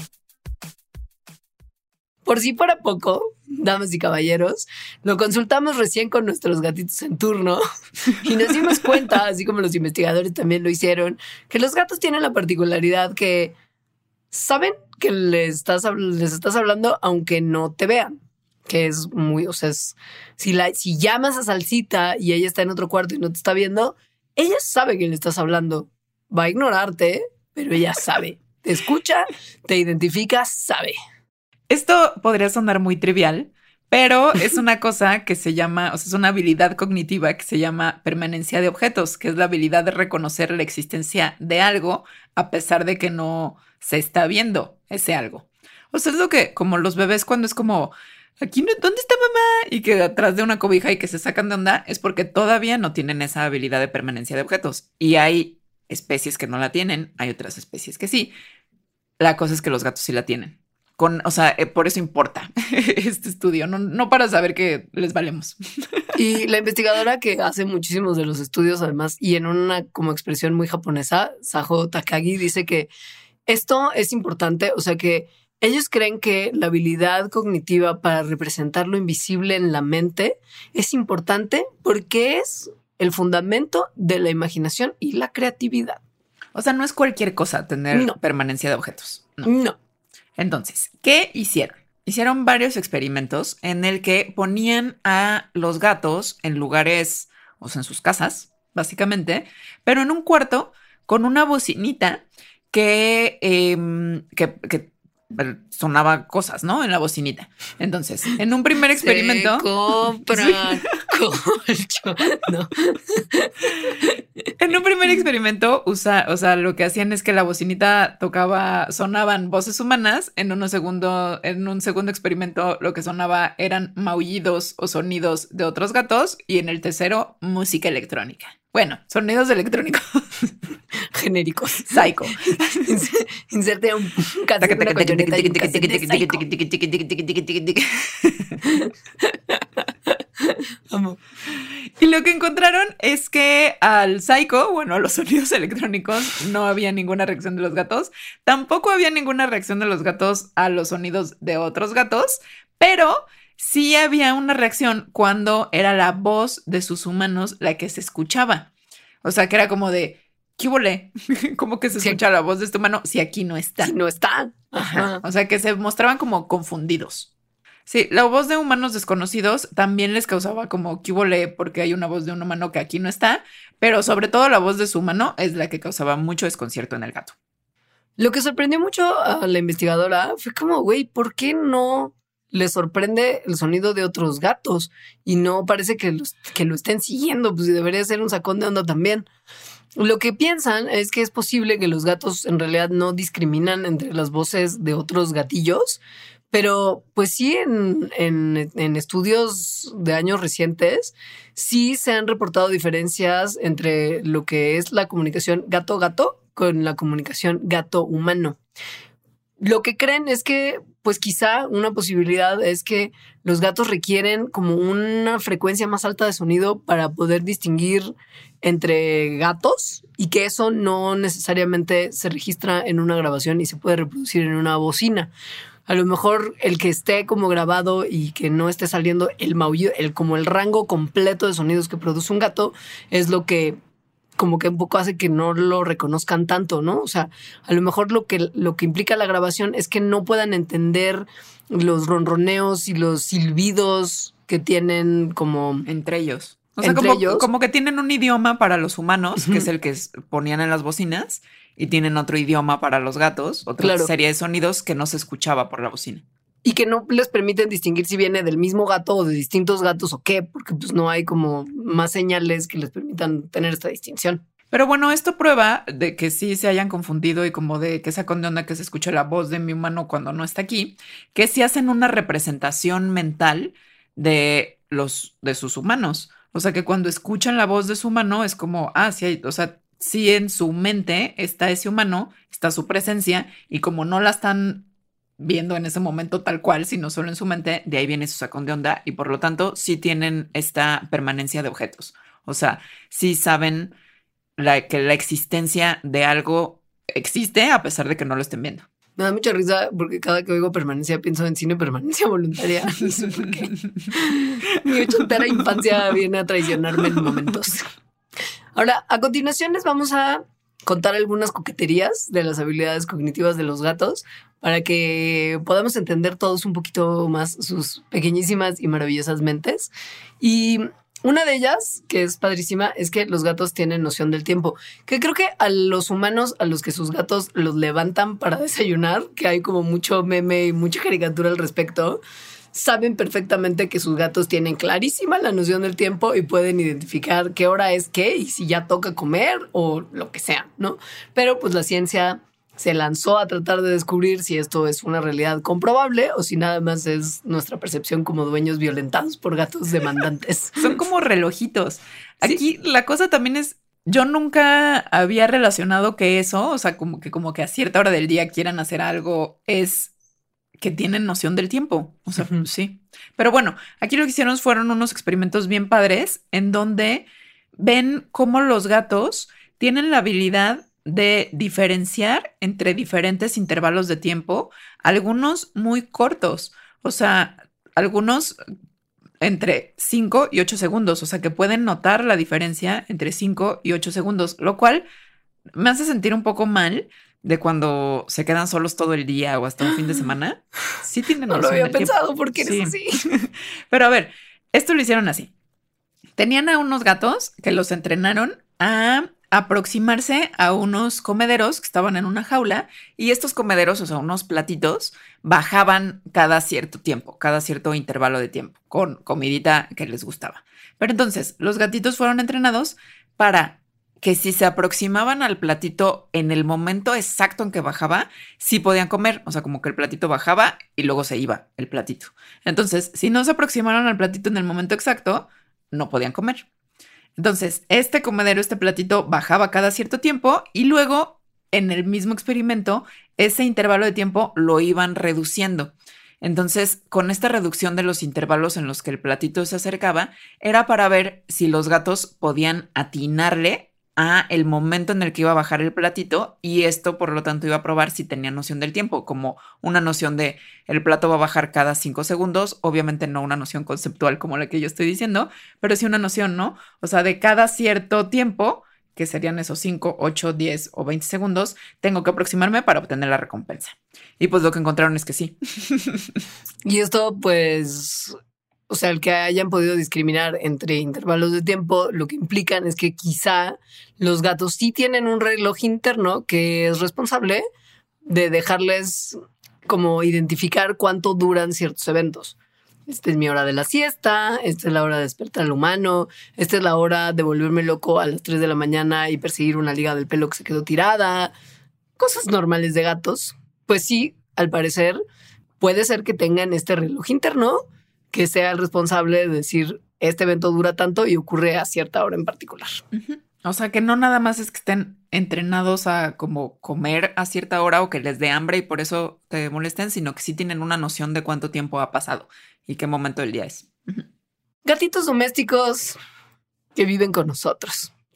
Por si fuera poco, damas y caballeros, lo consultamos recién con nuestros gatitos en turno y nos dimos cuenta, así como los investigadores también lo hicieron, que los gatos tienen la particularidad que saben que les estás hablando aunque no te vean. Que es muy, o sea, si llamas a Salsita y ella está en otro cuarto y no te está viendo, ella sabe que le estás hablando. Va a ignorarte, pero ella sabe. Te escucha, te identifica, sabe. Esto podría sonar muy trivial, pero es una cosa que se llama, o sea, es una habilidad cognitiva que se llama permanencia de objetos, que es la habilidad de reconocer la existencia de algo a pesar de que no se está viendo ese algo. O sea, es lo que, como los bebés cuando es como, aquí no, ¿dónde está mamá? Y que atrás de una cobija y que se sacan de onda, es porque todavía no tienen esa habilidad de permanencia de objetos. Y hay especies que no la tienen, hay otras especies que sí. La cosa es que los gatos sí la tienen. O sea, por eso importa este estudio, no para saber que les valemos. Y la investigadora que hace muchísimos de los estudios, además, y en una como expresión muy japonesa, Saho Takagi, dice que esto es importante, o sea que ellos creen que la habilidad cognitiva para representar lo invisible en la mente es importante porque es el fundamento de la imaginación y la creatividad. O sea, no es cualquier cosa tener permanencia de objetos. No. Entonces, ¿qué hicieron? Hicieron varios experimentos en el que ponían a los gatos en lugares, o sea, en sus casas, básicamente, pero en un cuarto con una bocinita que sonaba cosas, ¿no? En la bocinita. Entonces, en un primer experimento... Se compran colchón. No. En un primer experimento, o sea, lo que hacían es que la bocinita sonaban voces humanas. En un segundo experimento, lo que sonaba eran maullidos o sonidos de otros gatos. Y en el tercero, música electrónica. Bueno, sonidos electrónicos. Genéricos. Psycho. Inserte un cassette de una colchoneta y un cassette de Psycho. Amo. Y lo que encontraron es que al Psycho, bueno, a los sonidos electrónicos, no había ninguna reacción de los gatos. Tampoco había ninguna reacción de los gatos a los sonidos de otros gatos, pero sí había una reacción cuando era la voz de sus humanos la que se escuchaba. O sea, que era como de, ¿qué volé? ¿Cómo que se escucha la voz de este humano si aquí no está? Si no está. Ajá. O sea, que se mostraban como confundidos. Sí, la voz de humanos desconocidos también les causaba como ¿qué volé? Porque hay una voz de un humano que aquí no está, pero sobre todo la voz de su humano es la que causaba mucho desconcierto en el gato. Lo que sorprendió mucho a la investigadora fue como, güey, ¿por qué no le sorprende el sonido de otros gatos? Y no parece que lo estén siguiendo, pues debería ser un sacón de onda también. Lo que piensan es que es posible que los gatos en realidad no discriminan entre las voces de otros gatillos, pero pues sí en estudios de años recientes sí se han reportado diferencias entre lo que es la comunicación gato-gato con la comunicación gato-humano. Lo que creen es que, pues quizá una posibilidad es que los gatos requieren como una frecuencia más alta de sonido para poder distinguir entre gatos y que eso no necesariamente se registra en una grabación y se puede reproducir en una bocina. A lo mejor el que esté como grabado y que no esté saliendo el maullido, como el rango completo de sonidos que produce un gato, es lo que como que un poco hace que no lo reconozcan tanto, ¿no? O sea, a lo mejor lo que implica la grabación es que no puedan entender los ronroneos y los silbidos que tienen como entre ellos. O sea, como que tienen un idioma para los humanos, que es el que ponían en las bocinas, y tienen otro idioma para los gatos, otra serie de sonidos que no se escuchaba por la bocina. Y que no les permiten distinguir si viene del mismo gato o de distintos gatos o qué, porque pues no hay como más señales que les permitan tener esta distinción. Pero bueno, esto prueba de que sí se hayan confundido y como de que sacan de onda que se escucha la voz de mi humano cuando no está aquí, que sí hacen una representación mental de sus humanos. O sea, que cuando escuchan la voz de su humano es como, sí hay, o sea, sí en su mente está ese humano, está su presencia y como no la están viendo en ese momento tal cual, sino solo en su mente, de ahí viene su sacón de onda y por lo tanto sí tienen esta permanencia de objetos. O sea, sí saben que la existencia de algo existe a pesar de que no lo estén viendo. Me da mucha risa porque cada que oigo permanencia pienso en cine permanencia voluntaria. No sé por qué. Mi ochentera infancia viene a traicionarme en momentos. Ahora, a continuación les vamos a contar algunas coqueterías de las habilidades cognitivas de los gatos para que podamos entender todos un poquito más sus pequeñísimas y maravillosas mentes. Y una de ellas, que es padrísima, es que los gatos tienen noción del tiempo. Que creo que a los humanos, a los que sus gatos los levantan para desayunar, que hay como mucho meme y mucha caricatura al respecto, saben perfectamente que sus gatos tienen clarísima la noción del tiempo y pueden identificar qué hora es qué y si ya toca comer o lo que sea, ¿no? Pero pues la ciencia se lanzó a tratar de descubrir si esto es una realidad comprobable o si nada más es nuestra percepción como dueños violentados por gatos demandantes. Son como relojitos. Aquí la cosa también es, yo nunca había relacionado que eso, o sea, como que a cierta hora del día quieran hacer algo, es que tienen noción del tiempo. O sea, sí. Pero bueno, aquí lo que hicieron fueron unos experimentos bien padres en donde ven cómo los gatos tienen la habilidad de diferenciar entre diferentes intervalos de tiempo, algunos muy cortos, o sea, algunos entre 5 y 8 segundos, o sea, que pueden notar la diferencia entre 5 y 8 segundos, lo cual me hace sentir un poco mal de cuando se quedan solos todo el día o hasta un fin de semana. Sí tienen no lo había pensado porque eres así. Pero a ver, esto lo hicieron así. Tenían a unos gatos que los entrenaron a aproximarse a unos comederos que estaban en una jaula y estos comederos, o sea, unos platitos, bajaban cada cierto tiempo, cada cierto intervalo de tiempo con comidita que les gustaba. Pero entonces los gatitos fueron entrenados para que si se aproximaban al platito en el momento exacto en que bajaba, sí podían comer. O sea, como que el platito bajaba y luego se iba el platito. Entonces, si no se aproximaron al platito en el momento exacto, no podían comer. Entonces, este comedero, este platito bajaba cada cierto tiempo y luego en el mismo experimento, ese intervalo de tiempo lo iban reduciendo. Entonces, con esta reducción de los intervalos en los que el platito se acercaba, era para ver si los gatos podían atinarle a el momento en el que iba a bajar el platito y esto, por lo tanto, iba a probar si tenía noción del tiempo, como una noción de el plato va a bajar cada 5 segundos, obviamente no una noción conceptual como la que yo estoy diciendo, pero sí una noción, ¿no? O sea, de cada cierto tiempo, que serían esos 5, 8, 10 o 20 segundos, tengo que aproximarme para obtener la recompensa. Y pues lo que encontraron es que sí. Y esto, pues, o sea, el que hayan podido discriminar entre intervalos de tiempo, lo que implican es que quizá los gatos sí tienen un reloj interno que es responsable de dejarles como identificar cuánto duran ciertos eventos. Esta es mi hora de la siesta, esta es la hora de despertar al humano, esta es la hora de volverme loco a las 3 de la mañana y perseguir una liga del pelo que se quedó tirada. Cosas normales de gatos. Pues sí, al parecer, puede ser que tengan este reloj interno que sea el responsable de decir este evento dura tanto y ocurre a cierta hora en particular. Uh-huh. O sea, que no nada más es que estén entrenados a como comer a cierta hora o que les dé hambre y por eso te molesten, sino que sí tienen una noción de cuánto tiempo ha pasado y qué momento del día es. Uh-huh. Gatitos domésticos que viven con nosotros.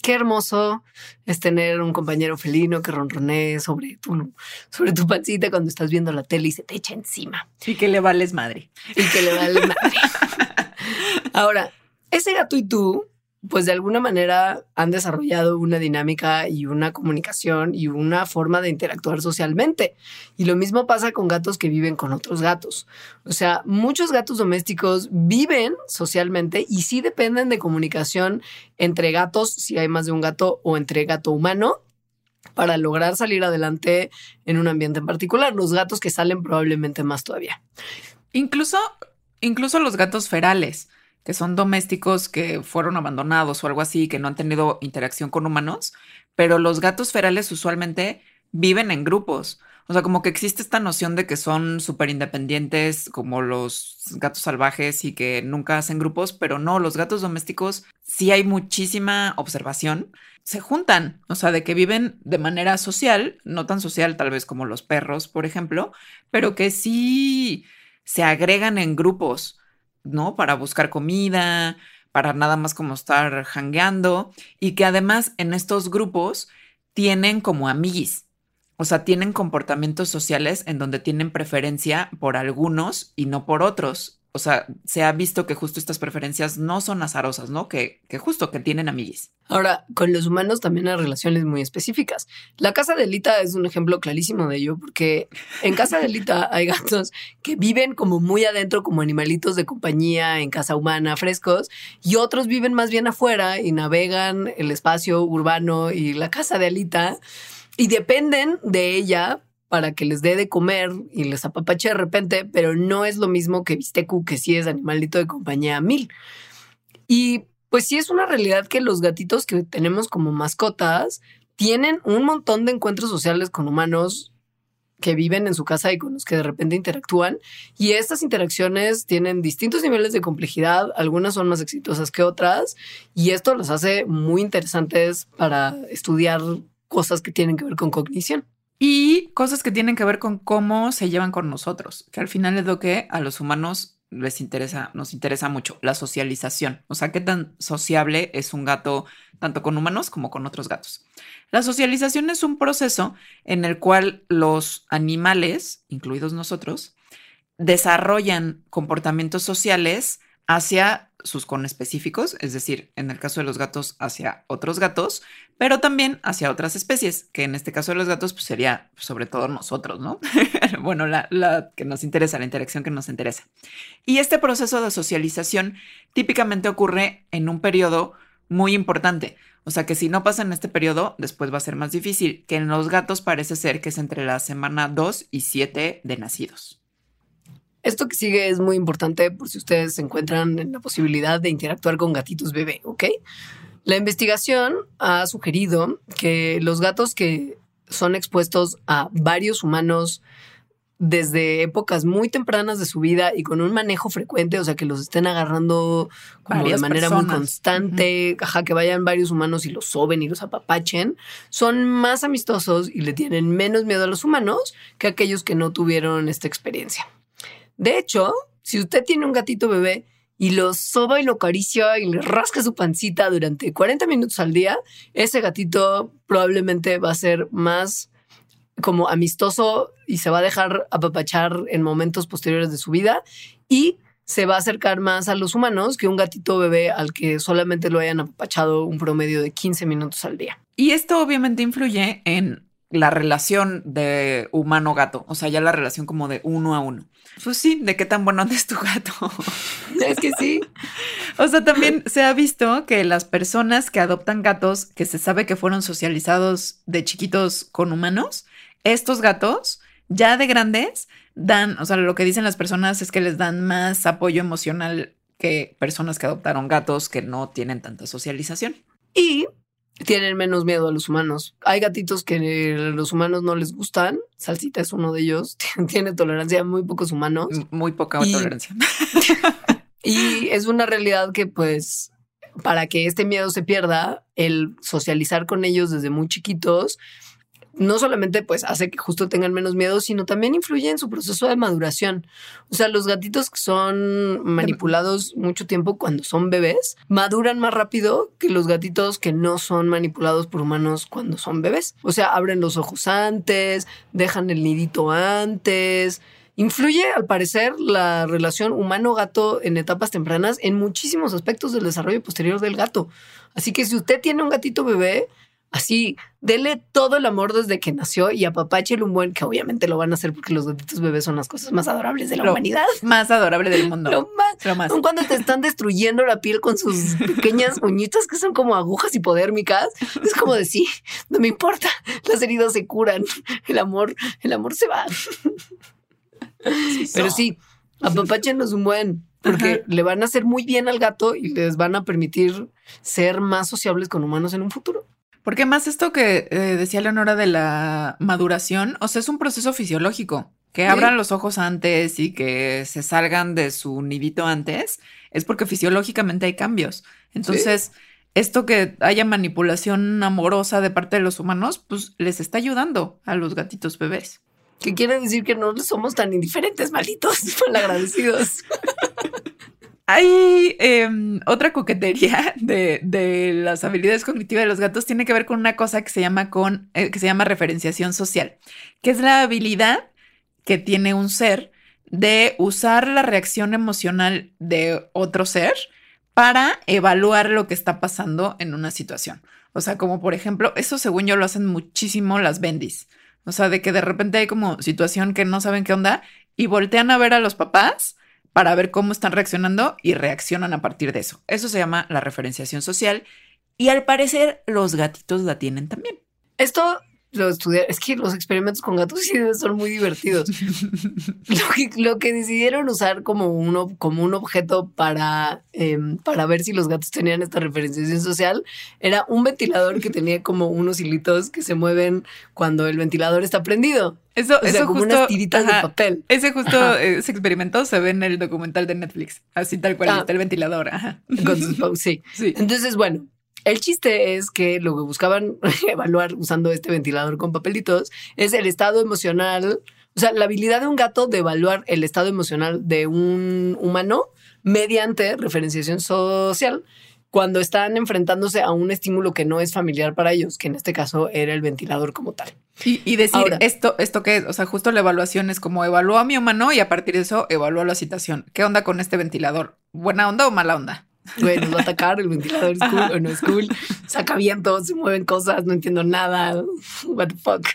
qué hermoso es tener un compañero felino que ronronee sobre tu pancita cuando estás viendo la tele y se te echa encima. Y que le vales madre. Y que le vales madre. Ahora, ese gato y tú, pues de alguna manera han desarrollado una dinámica y una comunicación y una forma de interactuar socialmente. Y lo mismo pasa con gatos que viven con otros gatos. O sea, muchos gatos domésticos viven socialmente y sí dependen de comunicación entre gatos, si hay más de un gato, o entre gato humano, para lograr salir adelante en un ambiente en particular. Los gatos que salen probablemente más todavía. Incluso los gatos ferales, que son domésticos que fueron abandonados o algo así, que no han tenido interacción con humanos, pero los gatos ferales usualmente viven en grupos. O sea, como que existe esta noción de que son súper independientes como los gatos salvajes y que nunca hacen grupos, pero no, los gatos domésticos sí hay muchísima observación. Se juntan, o sea, de que viven de manera social, no tan social tal vez como los perros, por ejemplo, pero que sí se agregan en grupos, ¿no? Para buscar comida, para nada más como estar jangueando y que además en estos grupos tienen como amiguis, o sea, tienen comportamientos sociales en donde tienen preferencia por algunos y no por otros. O sea, se ha visto que justo estas preferencias no son azarosas, ¿no? Que justo que tienen amiguis. Ahora, con los humanos también hay relaciones muy específicas. La casa de Lita es un ejemplo clarísimo de ello, porque en casa de Lita hay gatos que viven como muy adentro, como animalitos de compañía en casa humana, frescos, y otros viven más bien afuera y navegan el espacio urbano y la casa de Alita y dependen de ella para que les dé de comer y les apapache de repente, pero no es lo mismo que Bistecu, que sí es animalito de compañía 1000. Y pues sí es una realidad que los gatitos que tenemos como mascotas tienen un montón de encuentros sociales con humanos que viven en su casa y con los que de repente interactúan. Y estas interacciones tienen distintos niveles de complejidad, algunas son más exitosas que otras, y esto los hace muy interesantes para estudiar cosas que tienen que ver con cognición. Y cosas que tienen que ver con cómo se llevan con nosotros, que al final es lo que a los humanos nos interesa mucho, la socialización. O sea, qué tan sociable es un gato tanto con humanos como con otros gatos. La socialización es un proceso en el cual los animales, incluidos nosotros, desarrollan comportamientos sociales hacia sus conespecíficos, es decir, en el caso de los gatos hacia otros gatos, pero también hacia otras especies, que en este caso de los gatos pues sería sobre todo nosotros, ¿no? Bueno, la que nos interesa, la interacción que nos interesa. Y este proceso de socialización típicamente ocurre en un periodo muy importante. O sea que si no pasa en este periodo, después va a ser más difícil, que en los gatos parece ser que es entre la semana 2 y 7 de nacidos. Esto que sigue es muy importante por si ustedes se encuentran en la posibilidad de interactuar con gatitos bebé, ¿ok? La investigación ha sugerido que los gatos que son expuestos a varios humanos desde épocas muy tempranas de su vida y con un manejo frecuente, o sea, que los estén agarrando como de manera muy constante, que vayan varios humanos y los soben y los apapachen, son más amistosos y le tienen menos miedo a los humanos que aquellos que no tuvieron esta experiencia. De hecho, si usted tiene un gatito bebé y lo soba y lo acaricia y le rasca su pancita durante 40 minutos al día, ese gatito probablemente va a ser más como amistoso y se va a dejar apapachar en momentos posteriores de su vida y se va a acercar más a los humanos que un gatito bebé al que solamente lo hayan apapachado un promedio de 15 minutos al día. Y esto obviamente influye en la relación de humano-gato, o sea, ya la relación como de uno a uno. Pues sí, ¿de qué tan bueno es tu gato? Es que sí. O sea, también se ha visto que las personas que adoptan gatos, que se sabe que fueron socializados de chiquitos con humanos, estos gatos ya de grandes dan, o sea, lo que dicen las personas es que les dan más apoyo emocional que personas que adoptaron gatos que no tienen tanta socialización. Y tienen menos miedo a los humanos. Hay gatitos que a los humanos no les gustan. Salsita es uno de ellos. Tiene tolerancia a muy pocos humanos. Muy poca tolerancia. Y es una realidad que, pues, para que este miedo se pierda, el socializar con ellos desde muy chiquitos no solamente pues hace que justo tengan menos miedo, sino también influye en su proceso de maduración. O sea, los gatitos que son manipulados mucho tiempo cuando son bebés, maduran más rápido que los gatitos que no son manipulados por humanos cuando son bebés. O sea, abren los ojos antes, dejan el nidito antes. Influye, al parecer, la relación humano-gato en etapas tempranas en muchísimos aspectos del desarrollo posterior del gato. Así que si usted tiene un gatito bebé, así, dele todo el amor desde que nació y apapáchele un buen, que obviamente lo van a hacer porque los gatitos bebés son las cosas más adorables de la humanidad. Más adorable del mundo. Lo más. Aun cuando te están destruyendo la piel con sus pequeñas uñitas que son como agujas hipodérmicas, es como de sí, no me importa, las heridas se curan, el amor se va. Pero sí, apapáchenlos un buen, porque le van a hacer muy bien al gato y les van a permitir ser más sociables con humanos en un futuro. Porque más esto que decía Leonora de la maduración, o sea, es un proceso fisiológico. Que abran los ojos antes y que se salgan de su nidito antes, es porque fisiológicamente hay cambios. Entonces, esto que haya manipulación amorosa de parte de los humanos, pues les está ayudando a los gatitos bebés. Que quiere decir que no somos tan indiferentes, malditos, malagradecidos. Hay otra coquetería de las habilidades cognitivas de los gatos, tiene que ver con una cosa que se llama referenciación social, que es la habilidad que tiene un ser de usar la reacción emocional de otro ser para evaluar lo que está pasando en una situación. O sea, como por ejemplo, eso según yo lo hacen muchísimo las bendis. O sea, de que de repente hay como situación que no saben qué onda y voltean a ver a los papás para ver cómo están reaccionando y reaccionan a partir de eso. Eso se llama la referenciación social y al parecer los gatitos la tienen también. Esto lo estudié, es que los experimentos con gatos sí son muy divertidos. Lo que decidieron usar como un objeto para ver si los gatos tenían esta referenciación social era un ventilador que tenía como unos hilitos que se mueven cuando el ventilador está prendido. Eso como justo, unas tiritas de papel. Ese experimento se ve en el documental de Netflix. Así tal cual está el ventilador. Ajá. Con sus sí. Entonces, bueno, el chiste es que lo que buscaban evaluar usando este ventilador con papelitos es el estado emocional, o sea, la habilidad de un gato de evaluar el estado emocional de un humano mediante referenciación social cuando están enfrentándose a un estímulo que no es familiar para ellos, que en este caso era el ventilador como tal. Y decir, ahora, ¿esto qué es? O sea, justo la evaluación es como evalúo a mi humano y a partir de eso evalúo la situación. ¿Qué onda con este ventilador? ¿Buena onda o mala onda? Güey, nos va a atacar, el ventilador es cool o no es cool. Saca vientos, se mueven cosas, no entiendo nada. What the fuck.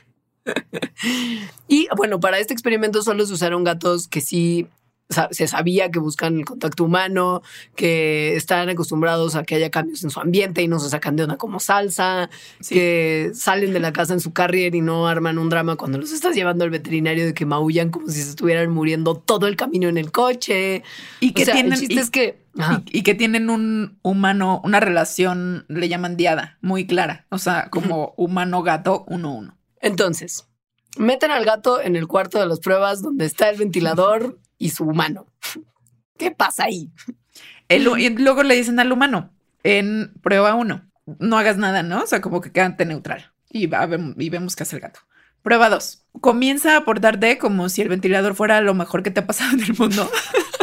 Y bueno, para este experimento solo se usaron gatos que sí se sabía que buscan el contacto humano, que están acostumbrados a que haya cambios en su ambiente y no se sacan de onda como salsa, que salen de la casa en su carrier y no arman un drama cuando los estás llevando al veterinario de que maullan como si se estuvieran muriendo todo el camino en el coche. Y que el chiste es que... Y que tienen un humano, una relación, le llaman diada, muy clara. O sea, como humano-gato 1-1. Entonces, meten al gato en el cuarto de las pruebas donde está el ventilador y su humano. ¿Qué pasa ahí? Y luego le dicen al humano, en prueba 1, no hagas nada, ¿no? O sea, como que quédate neutral. Y vemos qué hace el gato. Prueba 2, comienza a portarte como si el ventilador fuera lo mejor que te ha pasado en el mundo.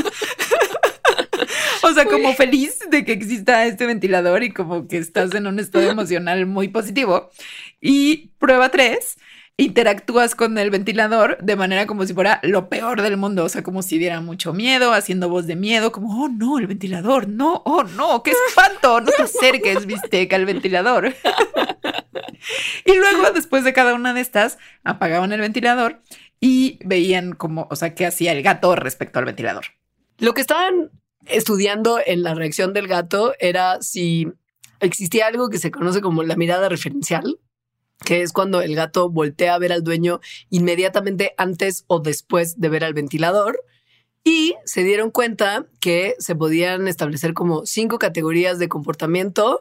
O sea, como feliz de que exista este ventilador y como que estás en un estado emocional muy positivo. Y prueba 3, interactúas con el ventilador de manera como si fuera lo peor del mundo. O sea, como si diera mucho miedo, haciendo voz de miedo, como, oh no, el ventilador, no, oh no, qué espanto, no te acerques, bisteca, al ventilador. Y luego, después de cada una de estas, apagaban el ventilador y veían como, o sea, qué hacía el gato respecto al ventilador. Lo que estaban estudiando en la reacción del gato era si existía algo que se conoce como la mirada referencial, que es cuando el gato voltea a ver al dueño inmediatamente antes o después de ver al ventilador, y se dieron cuenta que se podían establecer como 5 categorías de comportamiento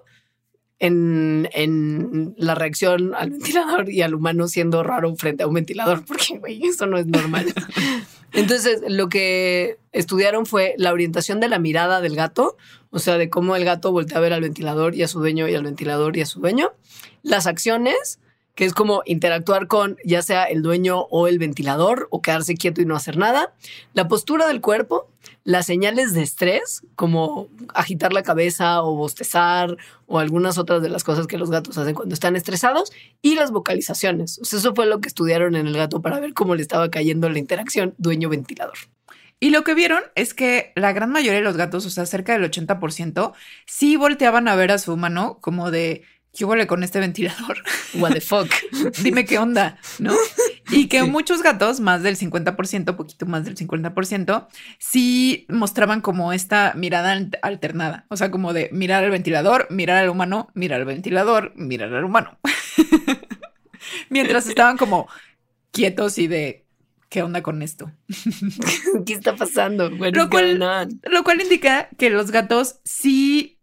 en la reacción al ventilador y al humano siendo raro frente a un ventilador, porque güey, eso no es normal. Entonces, lo que estudiaron fue la orientación de la mirada del gato, o sea, de cómo el gato voltea a ver al ventilador y a su dueño y al ventilador y a su dueño, las acciones que es como interactuar con ya sea el dueño o el ventilador o quedarse quieto y no hacer nada. La postura del cuerpo, las señales de estrés, como agitar la cabeza o bostezar o algunas otras de las cosas que los gatos hacen cuando están estresados, y las vocalizaciones. O sea, eso fue lo que estudiaron en el gato para ver cómo le estaba cayendo la interacción dueño-ventilador. Y lo que vieron es que la gran mayoría de los gatos, o sea, cerca del 80%, sí volteaban a ver a su humano como de, ¿qué huele con este ventilador? What the fuck. Dime qué onda, ¿no? Y que muchos gatos, más del 50%, poquito más del 50%, sí mostraban como esta mirada alternada. O sea, como de mirar al ventilador, mirar al humano, mirar al ventilador, mirar al humano. Mientras estaban como quietos y de, ¿qué onda con esto? ¿Qué está pasando? Lo cual indica que los gatos sí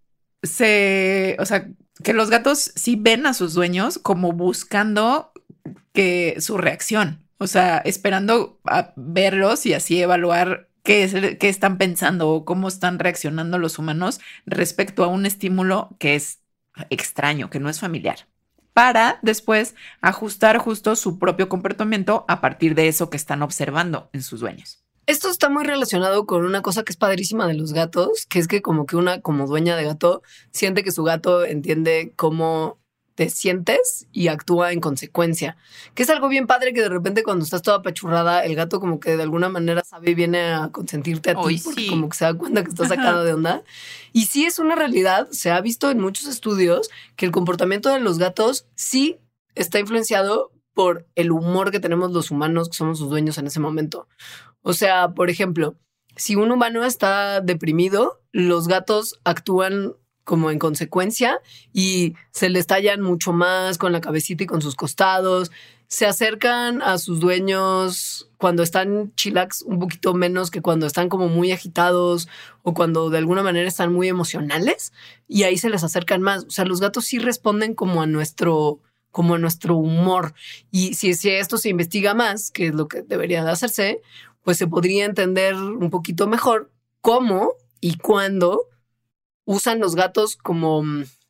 o sea, que los gatos sí ven a sus dueños como buscando que su reacción, o sea, esperando a verlos y así evaluar qué están pensando o cómo están reaccionando los humanos respecto a un estímulo que es extraño, que no es familiar, para después ajustar justo su propio comportamiento a partir de eso que están observando en sus dueños. Esto está muy relacionado con una cosa que es padrísima de los gatos, que es que como que una como dueña de gato siente que su gato entiende cómo te sientes y actúa en consecuencia. Que es algo bien padre que de repente cuando estás toda apachurrada, el gato como que de alguna manera sabe y viene a consentirte a ti, porque como que se da cuenta que estás sacado de onda. Y sí es una realidad, se ha visto en muchos estudios que el comportamiento de los gatos sí está influenciado por el humor que tenemos los humanos, que somos sus dueños en ese momento. O sea, por ejemplo, si un humano está deprimido, los gatos actúan como en consecuencia y se les tallan mucho más con la cabecita y con sus costados. Se acercan a sus dueños cuando están chillax un poquito menos que cuando están como muy agitados o cuando de alguna manera están muy emocionales, y ahí se les acercan más. O sea, los gatos sí responden como a nuestro humor. Y si esto se investiga más, que es lo que debería de hacerse, pues se podría entender un poquito mejor cómo y cuándo usan los gatos como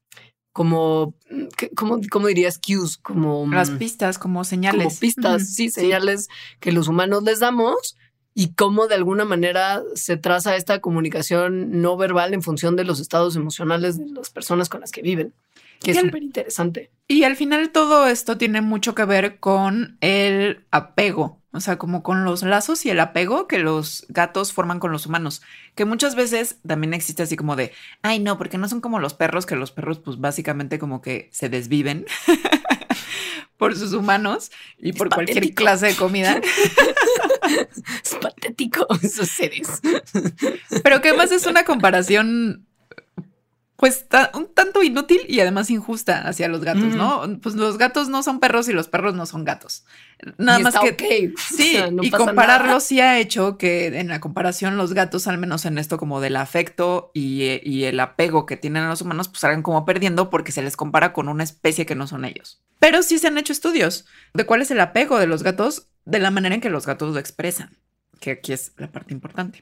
dirías, cues, como las pistas, como señales. Como pistas, sí, señales que los humanos les damos, y cómo de alguna manera se traza esta comunicación no verbal en función de los estados emocionales de las personas con las que viven, que es súper interesante. Y al final todo esto tiene mucho que ver con el apego, o sea, como con los lazos y el apego que los gatos forman con los humanos, que muchas veces también existe así como de, ay no, porque no son como los perros, que los perros pues básicamente como que se desviven por sus humanos y por cualquier clase de comida. Es patético esos seres. Pero que más es una comparación pues un tanto inútil y además injusta hacia los gatos, ¿no? Pues los gatos no son perros y los perros no son gatos. Nada más que okay. Sí, o sea, no y compararlo sí ha hecho que en la comparación los gatos, al menos en esto como del afecto y el apego que tienen a los humanos, pues salgan como perdiendo porque se les compara con una especie que no son ellos. Pero sí se han hecho estudios de cuál es el apego de los gatos, de la manera en que los gatos lo expresan, que aquí es la parte importante.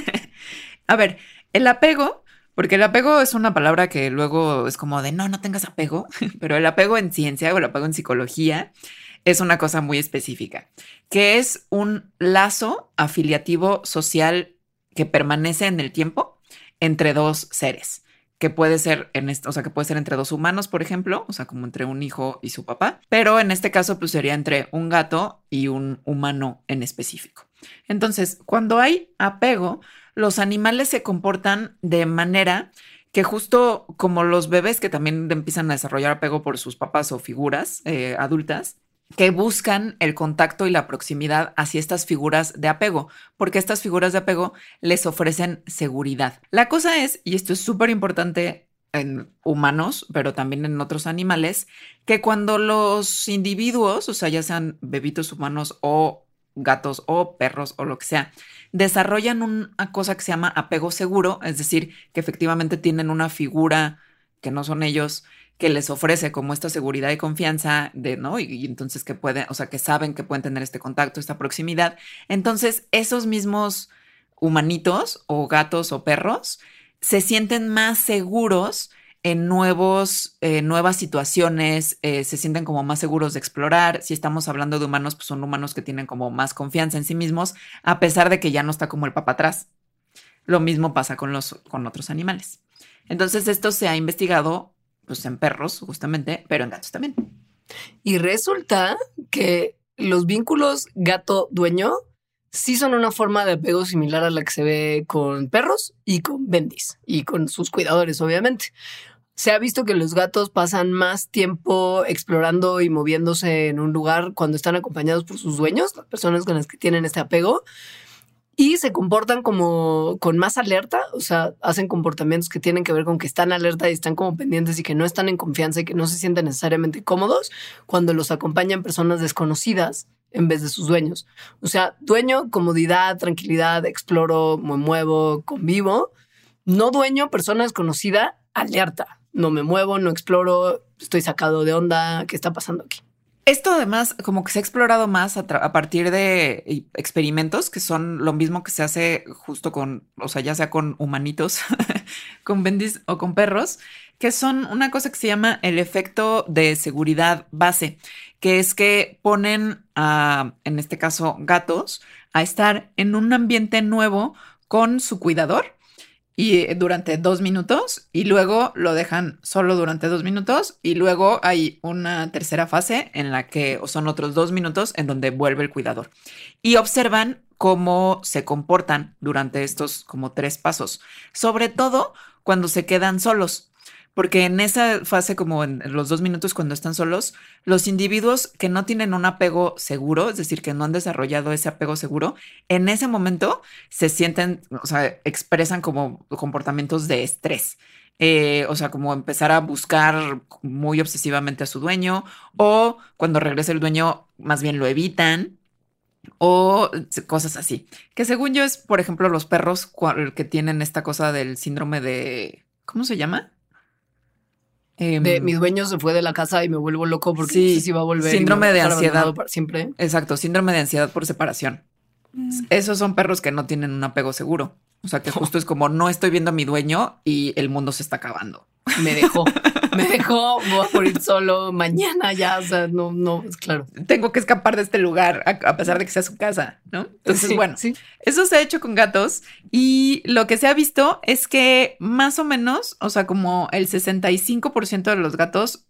A ver, el apego, porque el apego es una palabra que luego es como de no tengas apego, pero el apego en ciencia o el apego en psicología es una cosa muy específica, que es un lazo afiliativo social que permanece en el tiempo entre dos seres, que puede ser que puede ser entre dos humanos, por ejemplo, o sea, como entre un hijo y su papá, pero en este caso pues sería entre un gato y un humano en específico. Entonces, cuando hay apego, los animales se comportan de manera que justo como los bebés que también empiezan a desarrollar apego por sus papás o figuras adultas, que buscan el contacto y la proximidad hacia estas figuras de apego, porque estas figuras de apego les ofrecen seguridad. La cosa es, y esto es súper importante en humanos, pero también en otros animales, que cuando los individuos, o sea, ya sean bebitos humanos o gatos o perros o lo que sea, desarrollan una cosa que se llama apego seguro, es decir, que efectivamente tienen una figura que no son ellos, que les ofrece como esta seguridad y confianza ¿no? Y entonces que pueden, o sea, que saben que pueden tener este contacto, esta proximidad. Entonces, esos mismos humanitos o gatos o perros se sienten más seguros en nuevas situaciones, se sienten como más seguros de explorar. Si estamos hablando de humanos, pues son humanos que tienen como más confianza en sí mismos, a pesar de que ya no está como el papá atrás. Lo mismo pasa con otros animales. Entonces esto se ha investigado pues en perros justamente, pero en gatos también. Y resulta que los vínculos gato-dueño sí son una forma de apego similar a la que se ve con perros y con bendis y con sus cuidadores, obviamente. Se ha visto que los gatos pasan más tiempo explorando y moviéndose en un lugar cuando están acompañados por sus dueños, las personas con las que tienen este apego, y se comportan como con más alerta, o sea, hacen comportamientos que tienen que ver con que están alerta y están como pendientes y que no están en confianza y que no se sienten necesariamente cómodos cuando los acompañan personas desconocidas en vez de sus dueños. O sea, dueño, comodidad, tranquilidad, exploro, me muevo, convivo. No dueño, persona desconocida, alerta. No me muevo, no exploro, estoy sacado de onda, ¿qué está pasando aquí? Esto además como que se ha explorado más a partir de experimentos que son lo mismo que se hace justo con, o sea, ya sea con humanitos, con bendis o con perros, que son una cosa que se llama el efecto de seguridad base, que es que ponen en este caso gatos, a estar en un ambiente nuevo con su cuidador y durante 2 minutos y luego lo dejan solo durante 2 minutos y luego hay una tercera fase en la que son otros 2 minutos en donde vuelve el cuidador y observan cómo se comportan durante estos como 3 pasos, sobre todo cuando se quedan solos. Porque en esa fase, como en los 2 minutos cuando están solos, los individuos que no tienen un apego seguro, es decir, que no han desarrollado ese apego seguro, en ese momento se sienten, o sea, expresan como comportamientos de estrés. O sea, como empezar a buscar muy obsesivamente a su dueño, o cuando regresa el dueño, más bien lo evitan, o cosas así. Que según yo es, por ejemplo, los perros que tienen esta cosa del síndrome de... ¿Cómo se llama? De mi dueño se fue de la casa y me vuelvo loco porque no sé si va a volver. Síndrome de ansiedad para siempre. Exacto, síndrome de ansiedad por separación. Esos son perros que no tienen un apego seguro. O sea, que justo es como no estoy viendo a mi dueño y el mundo se está acabando. Me dejó, voy a morir solo mañana ya. O sea, no, es claro. Tengo que escapar de este lugar a pesar de que sea su casa, ¿no? Entonces, sí. Eso se ha hecho con gatos y lo que se ha visto es que más o menos, o sea, como el 65% de los gatos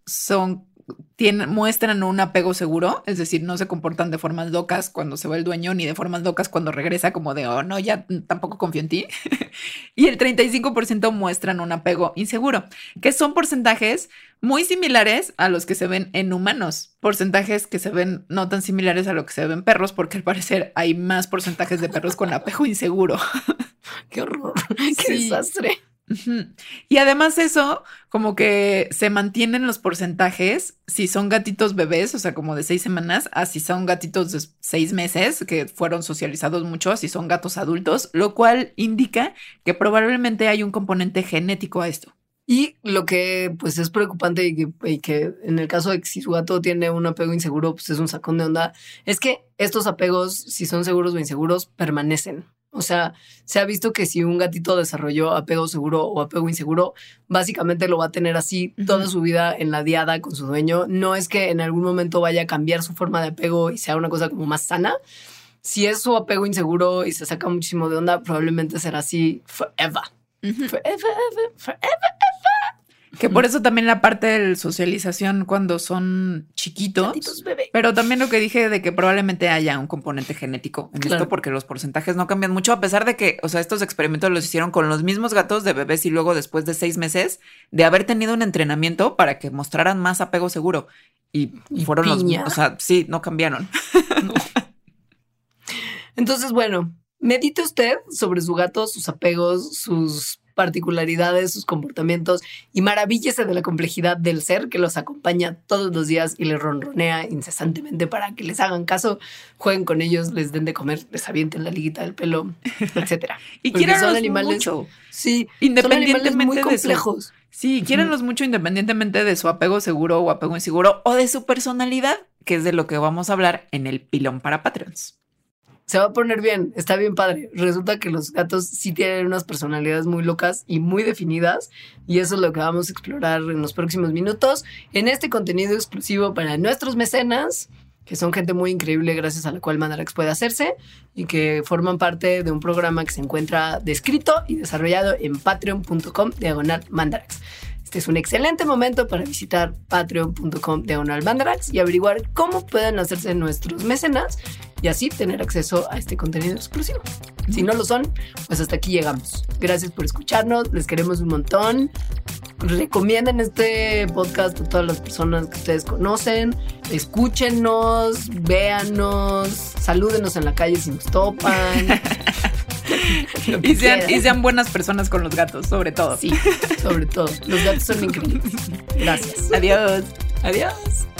muestran un apego seguro, es decir, no se comportan de formas locas cuando se va el dueño ni de formas locas cuando regresa, como de, oh, no, ya tampoco confío en ti. Y el 35% muestran un apego inseguro, que son porcentajes muy similares a los que se ven en humanos, porcentajes que se ven no tan similares a lo que se ven en perros, porque al parecer hay más porcentajes de perros con apego inseguro. ¡Qué horror! ¡Qué desastre! Y además eso, como que se mantienen los porcentajes si son gatitos bebés, o sea, como de 6 semanas, a si son gatitos de 6 meses que fueron socializados mucho, a si son gatos adultos, lo cual indica que probablemente hay un componente genético a esto. Y lo que pues es preocupante y que en el caso de que si su gato tiene un apego inseguro, pues es un sacón de onda, es que estos apegos, si son seguros o inseguros, permanecen. O sea, se ha visto que si un gatito desarrolló apego seguro o apego inseguro, básicamente lo va a tener así toda su vida en la diada con su dueño. No es que en algún momento vaya a cambiar su forma de apego y sea una cosa como más sana. Si es su apego inseguro y se saca muchísimo de onda, probablemente será así forever. Forever. Que por eso también la parte de socialización cuando son chiquitos, pero también lo que dije de que probablemente haya un componente genético en esto porque los porcentajes no cambian mucho, a pesar de que, o sea, estos experimentos los hicieron con los mismos gatos de bebés y luego después de 6 meses de haber tenido un entrenamiento para que mostraran más apego seguro y fueron los mismos, o sea, sí, no cambiaron. No. Entonces, bueno, medite usted sobre su gato, sus apegos, sus particularidades, sus comportamientos y maravíllese de la complejidad del ser que los acompaña todos los días y les ronronea incesantemente para que les hagan caso, jueguen con ellos, les den de comer, les avienten la liguita del pelo, etcétera. Y quiéranlos mucho. Sí, independientemente son muy complejos. Sí, quiéranlos mucho independientemente de su apego seguro o apego inseguro o de su personalidad, que es de lo que vamos a hablar en el pilón para Patreons. Se va a poner bien, está bien padre. Resulta que los gatos sí tienen unas personalidades muy locas y muy definidas, y eso es lo que vamos a explorar en los próximos minutos en este contenido exclusivo para nuestros mecenas, que son gente muy increíble gracias a la cual Mandarax puede hacerse y que forman parte de un programa que se encuentra descrito y desarrollado en patreon.com/Mandarax. Este es un excelente momento para visitar patreon.com/Mandarax y averiguar cómo pueden hacerse nuestros mecenas y así tener acceso a este contenido exclusivo. Si no lo son, pues hasta aquí llegamos. Gracias por escucharnos, les queremos un montón. Recomienden este podcast a todas las personas que ustedes conocen. Escúchenos, véanos, salúdenos en la calle si nos topan. Y sean buenas personas con los gatos, sobre todo. Sí, sobre todo. Los gatos son increíbles. Gracias. Adiós. Adiós.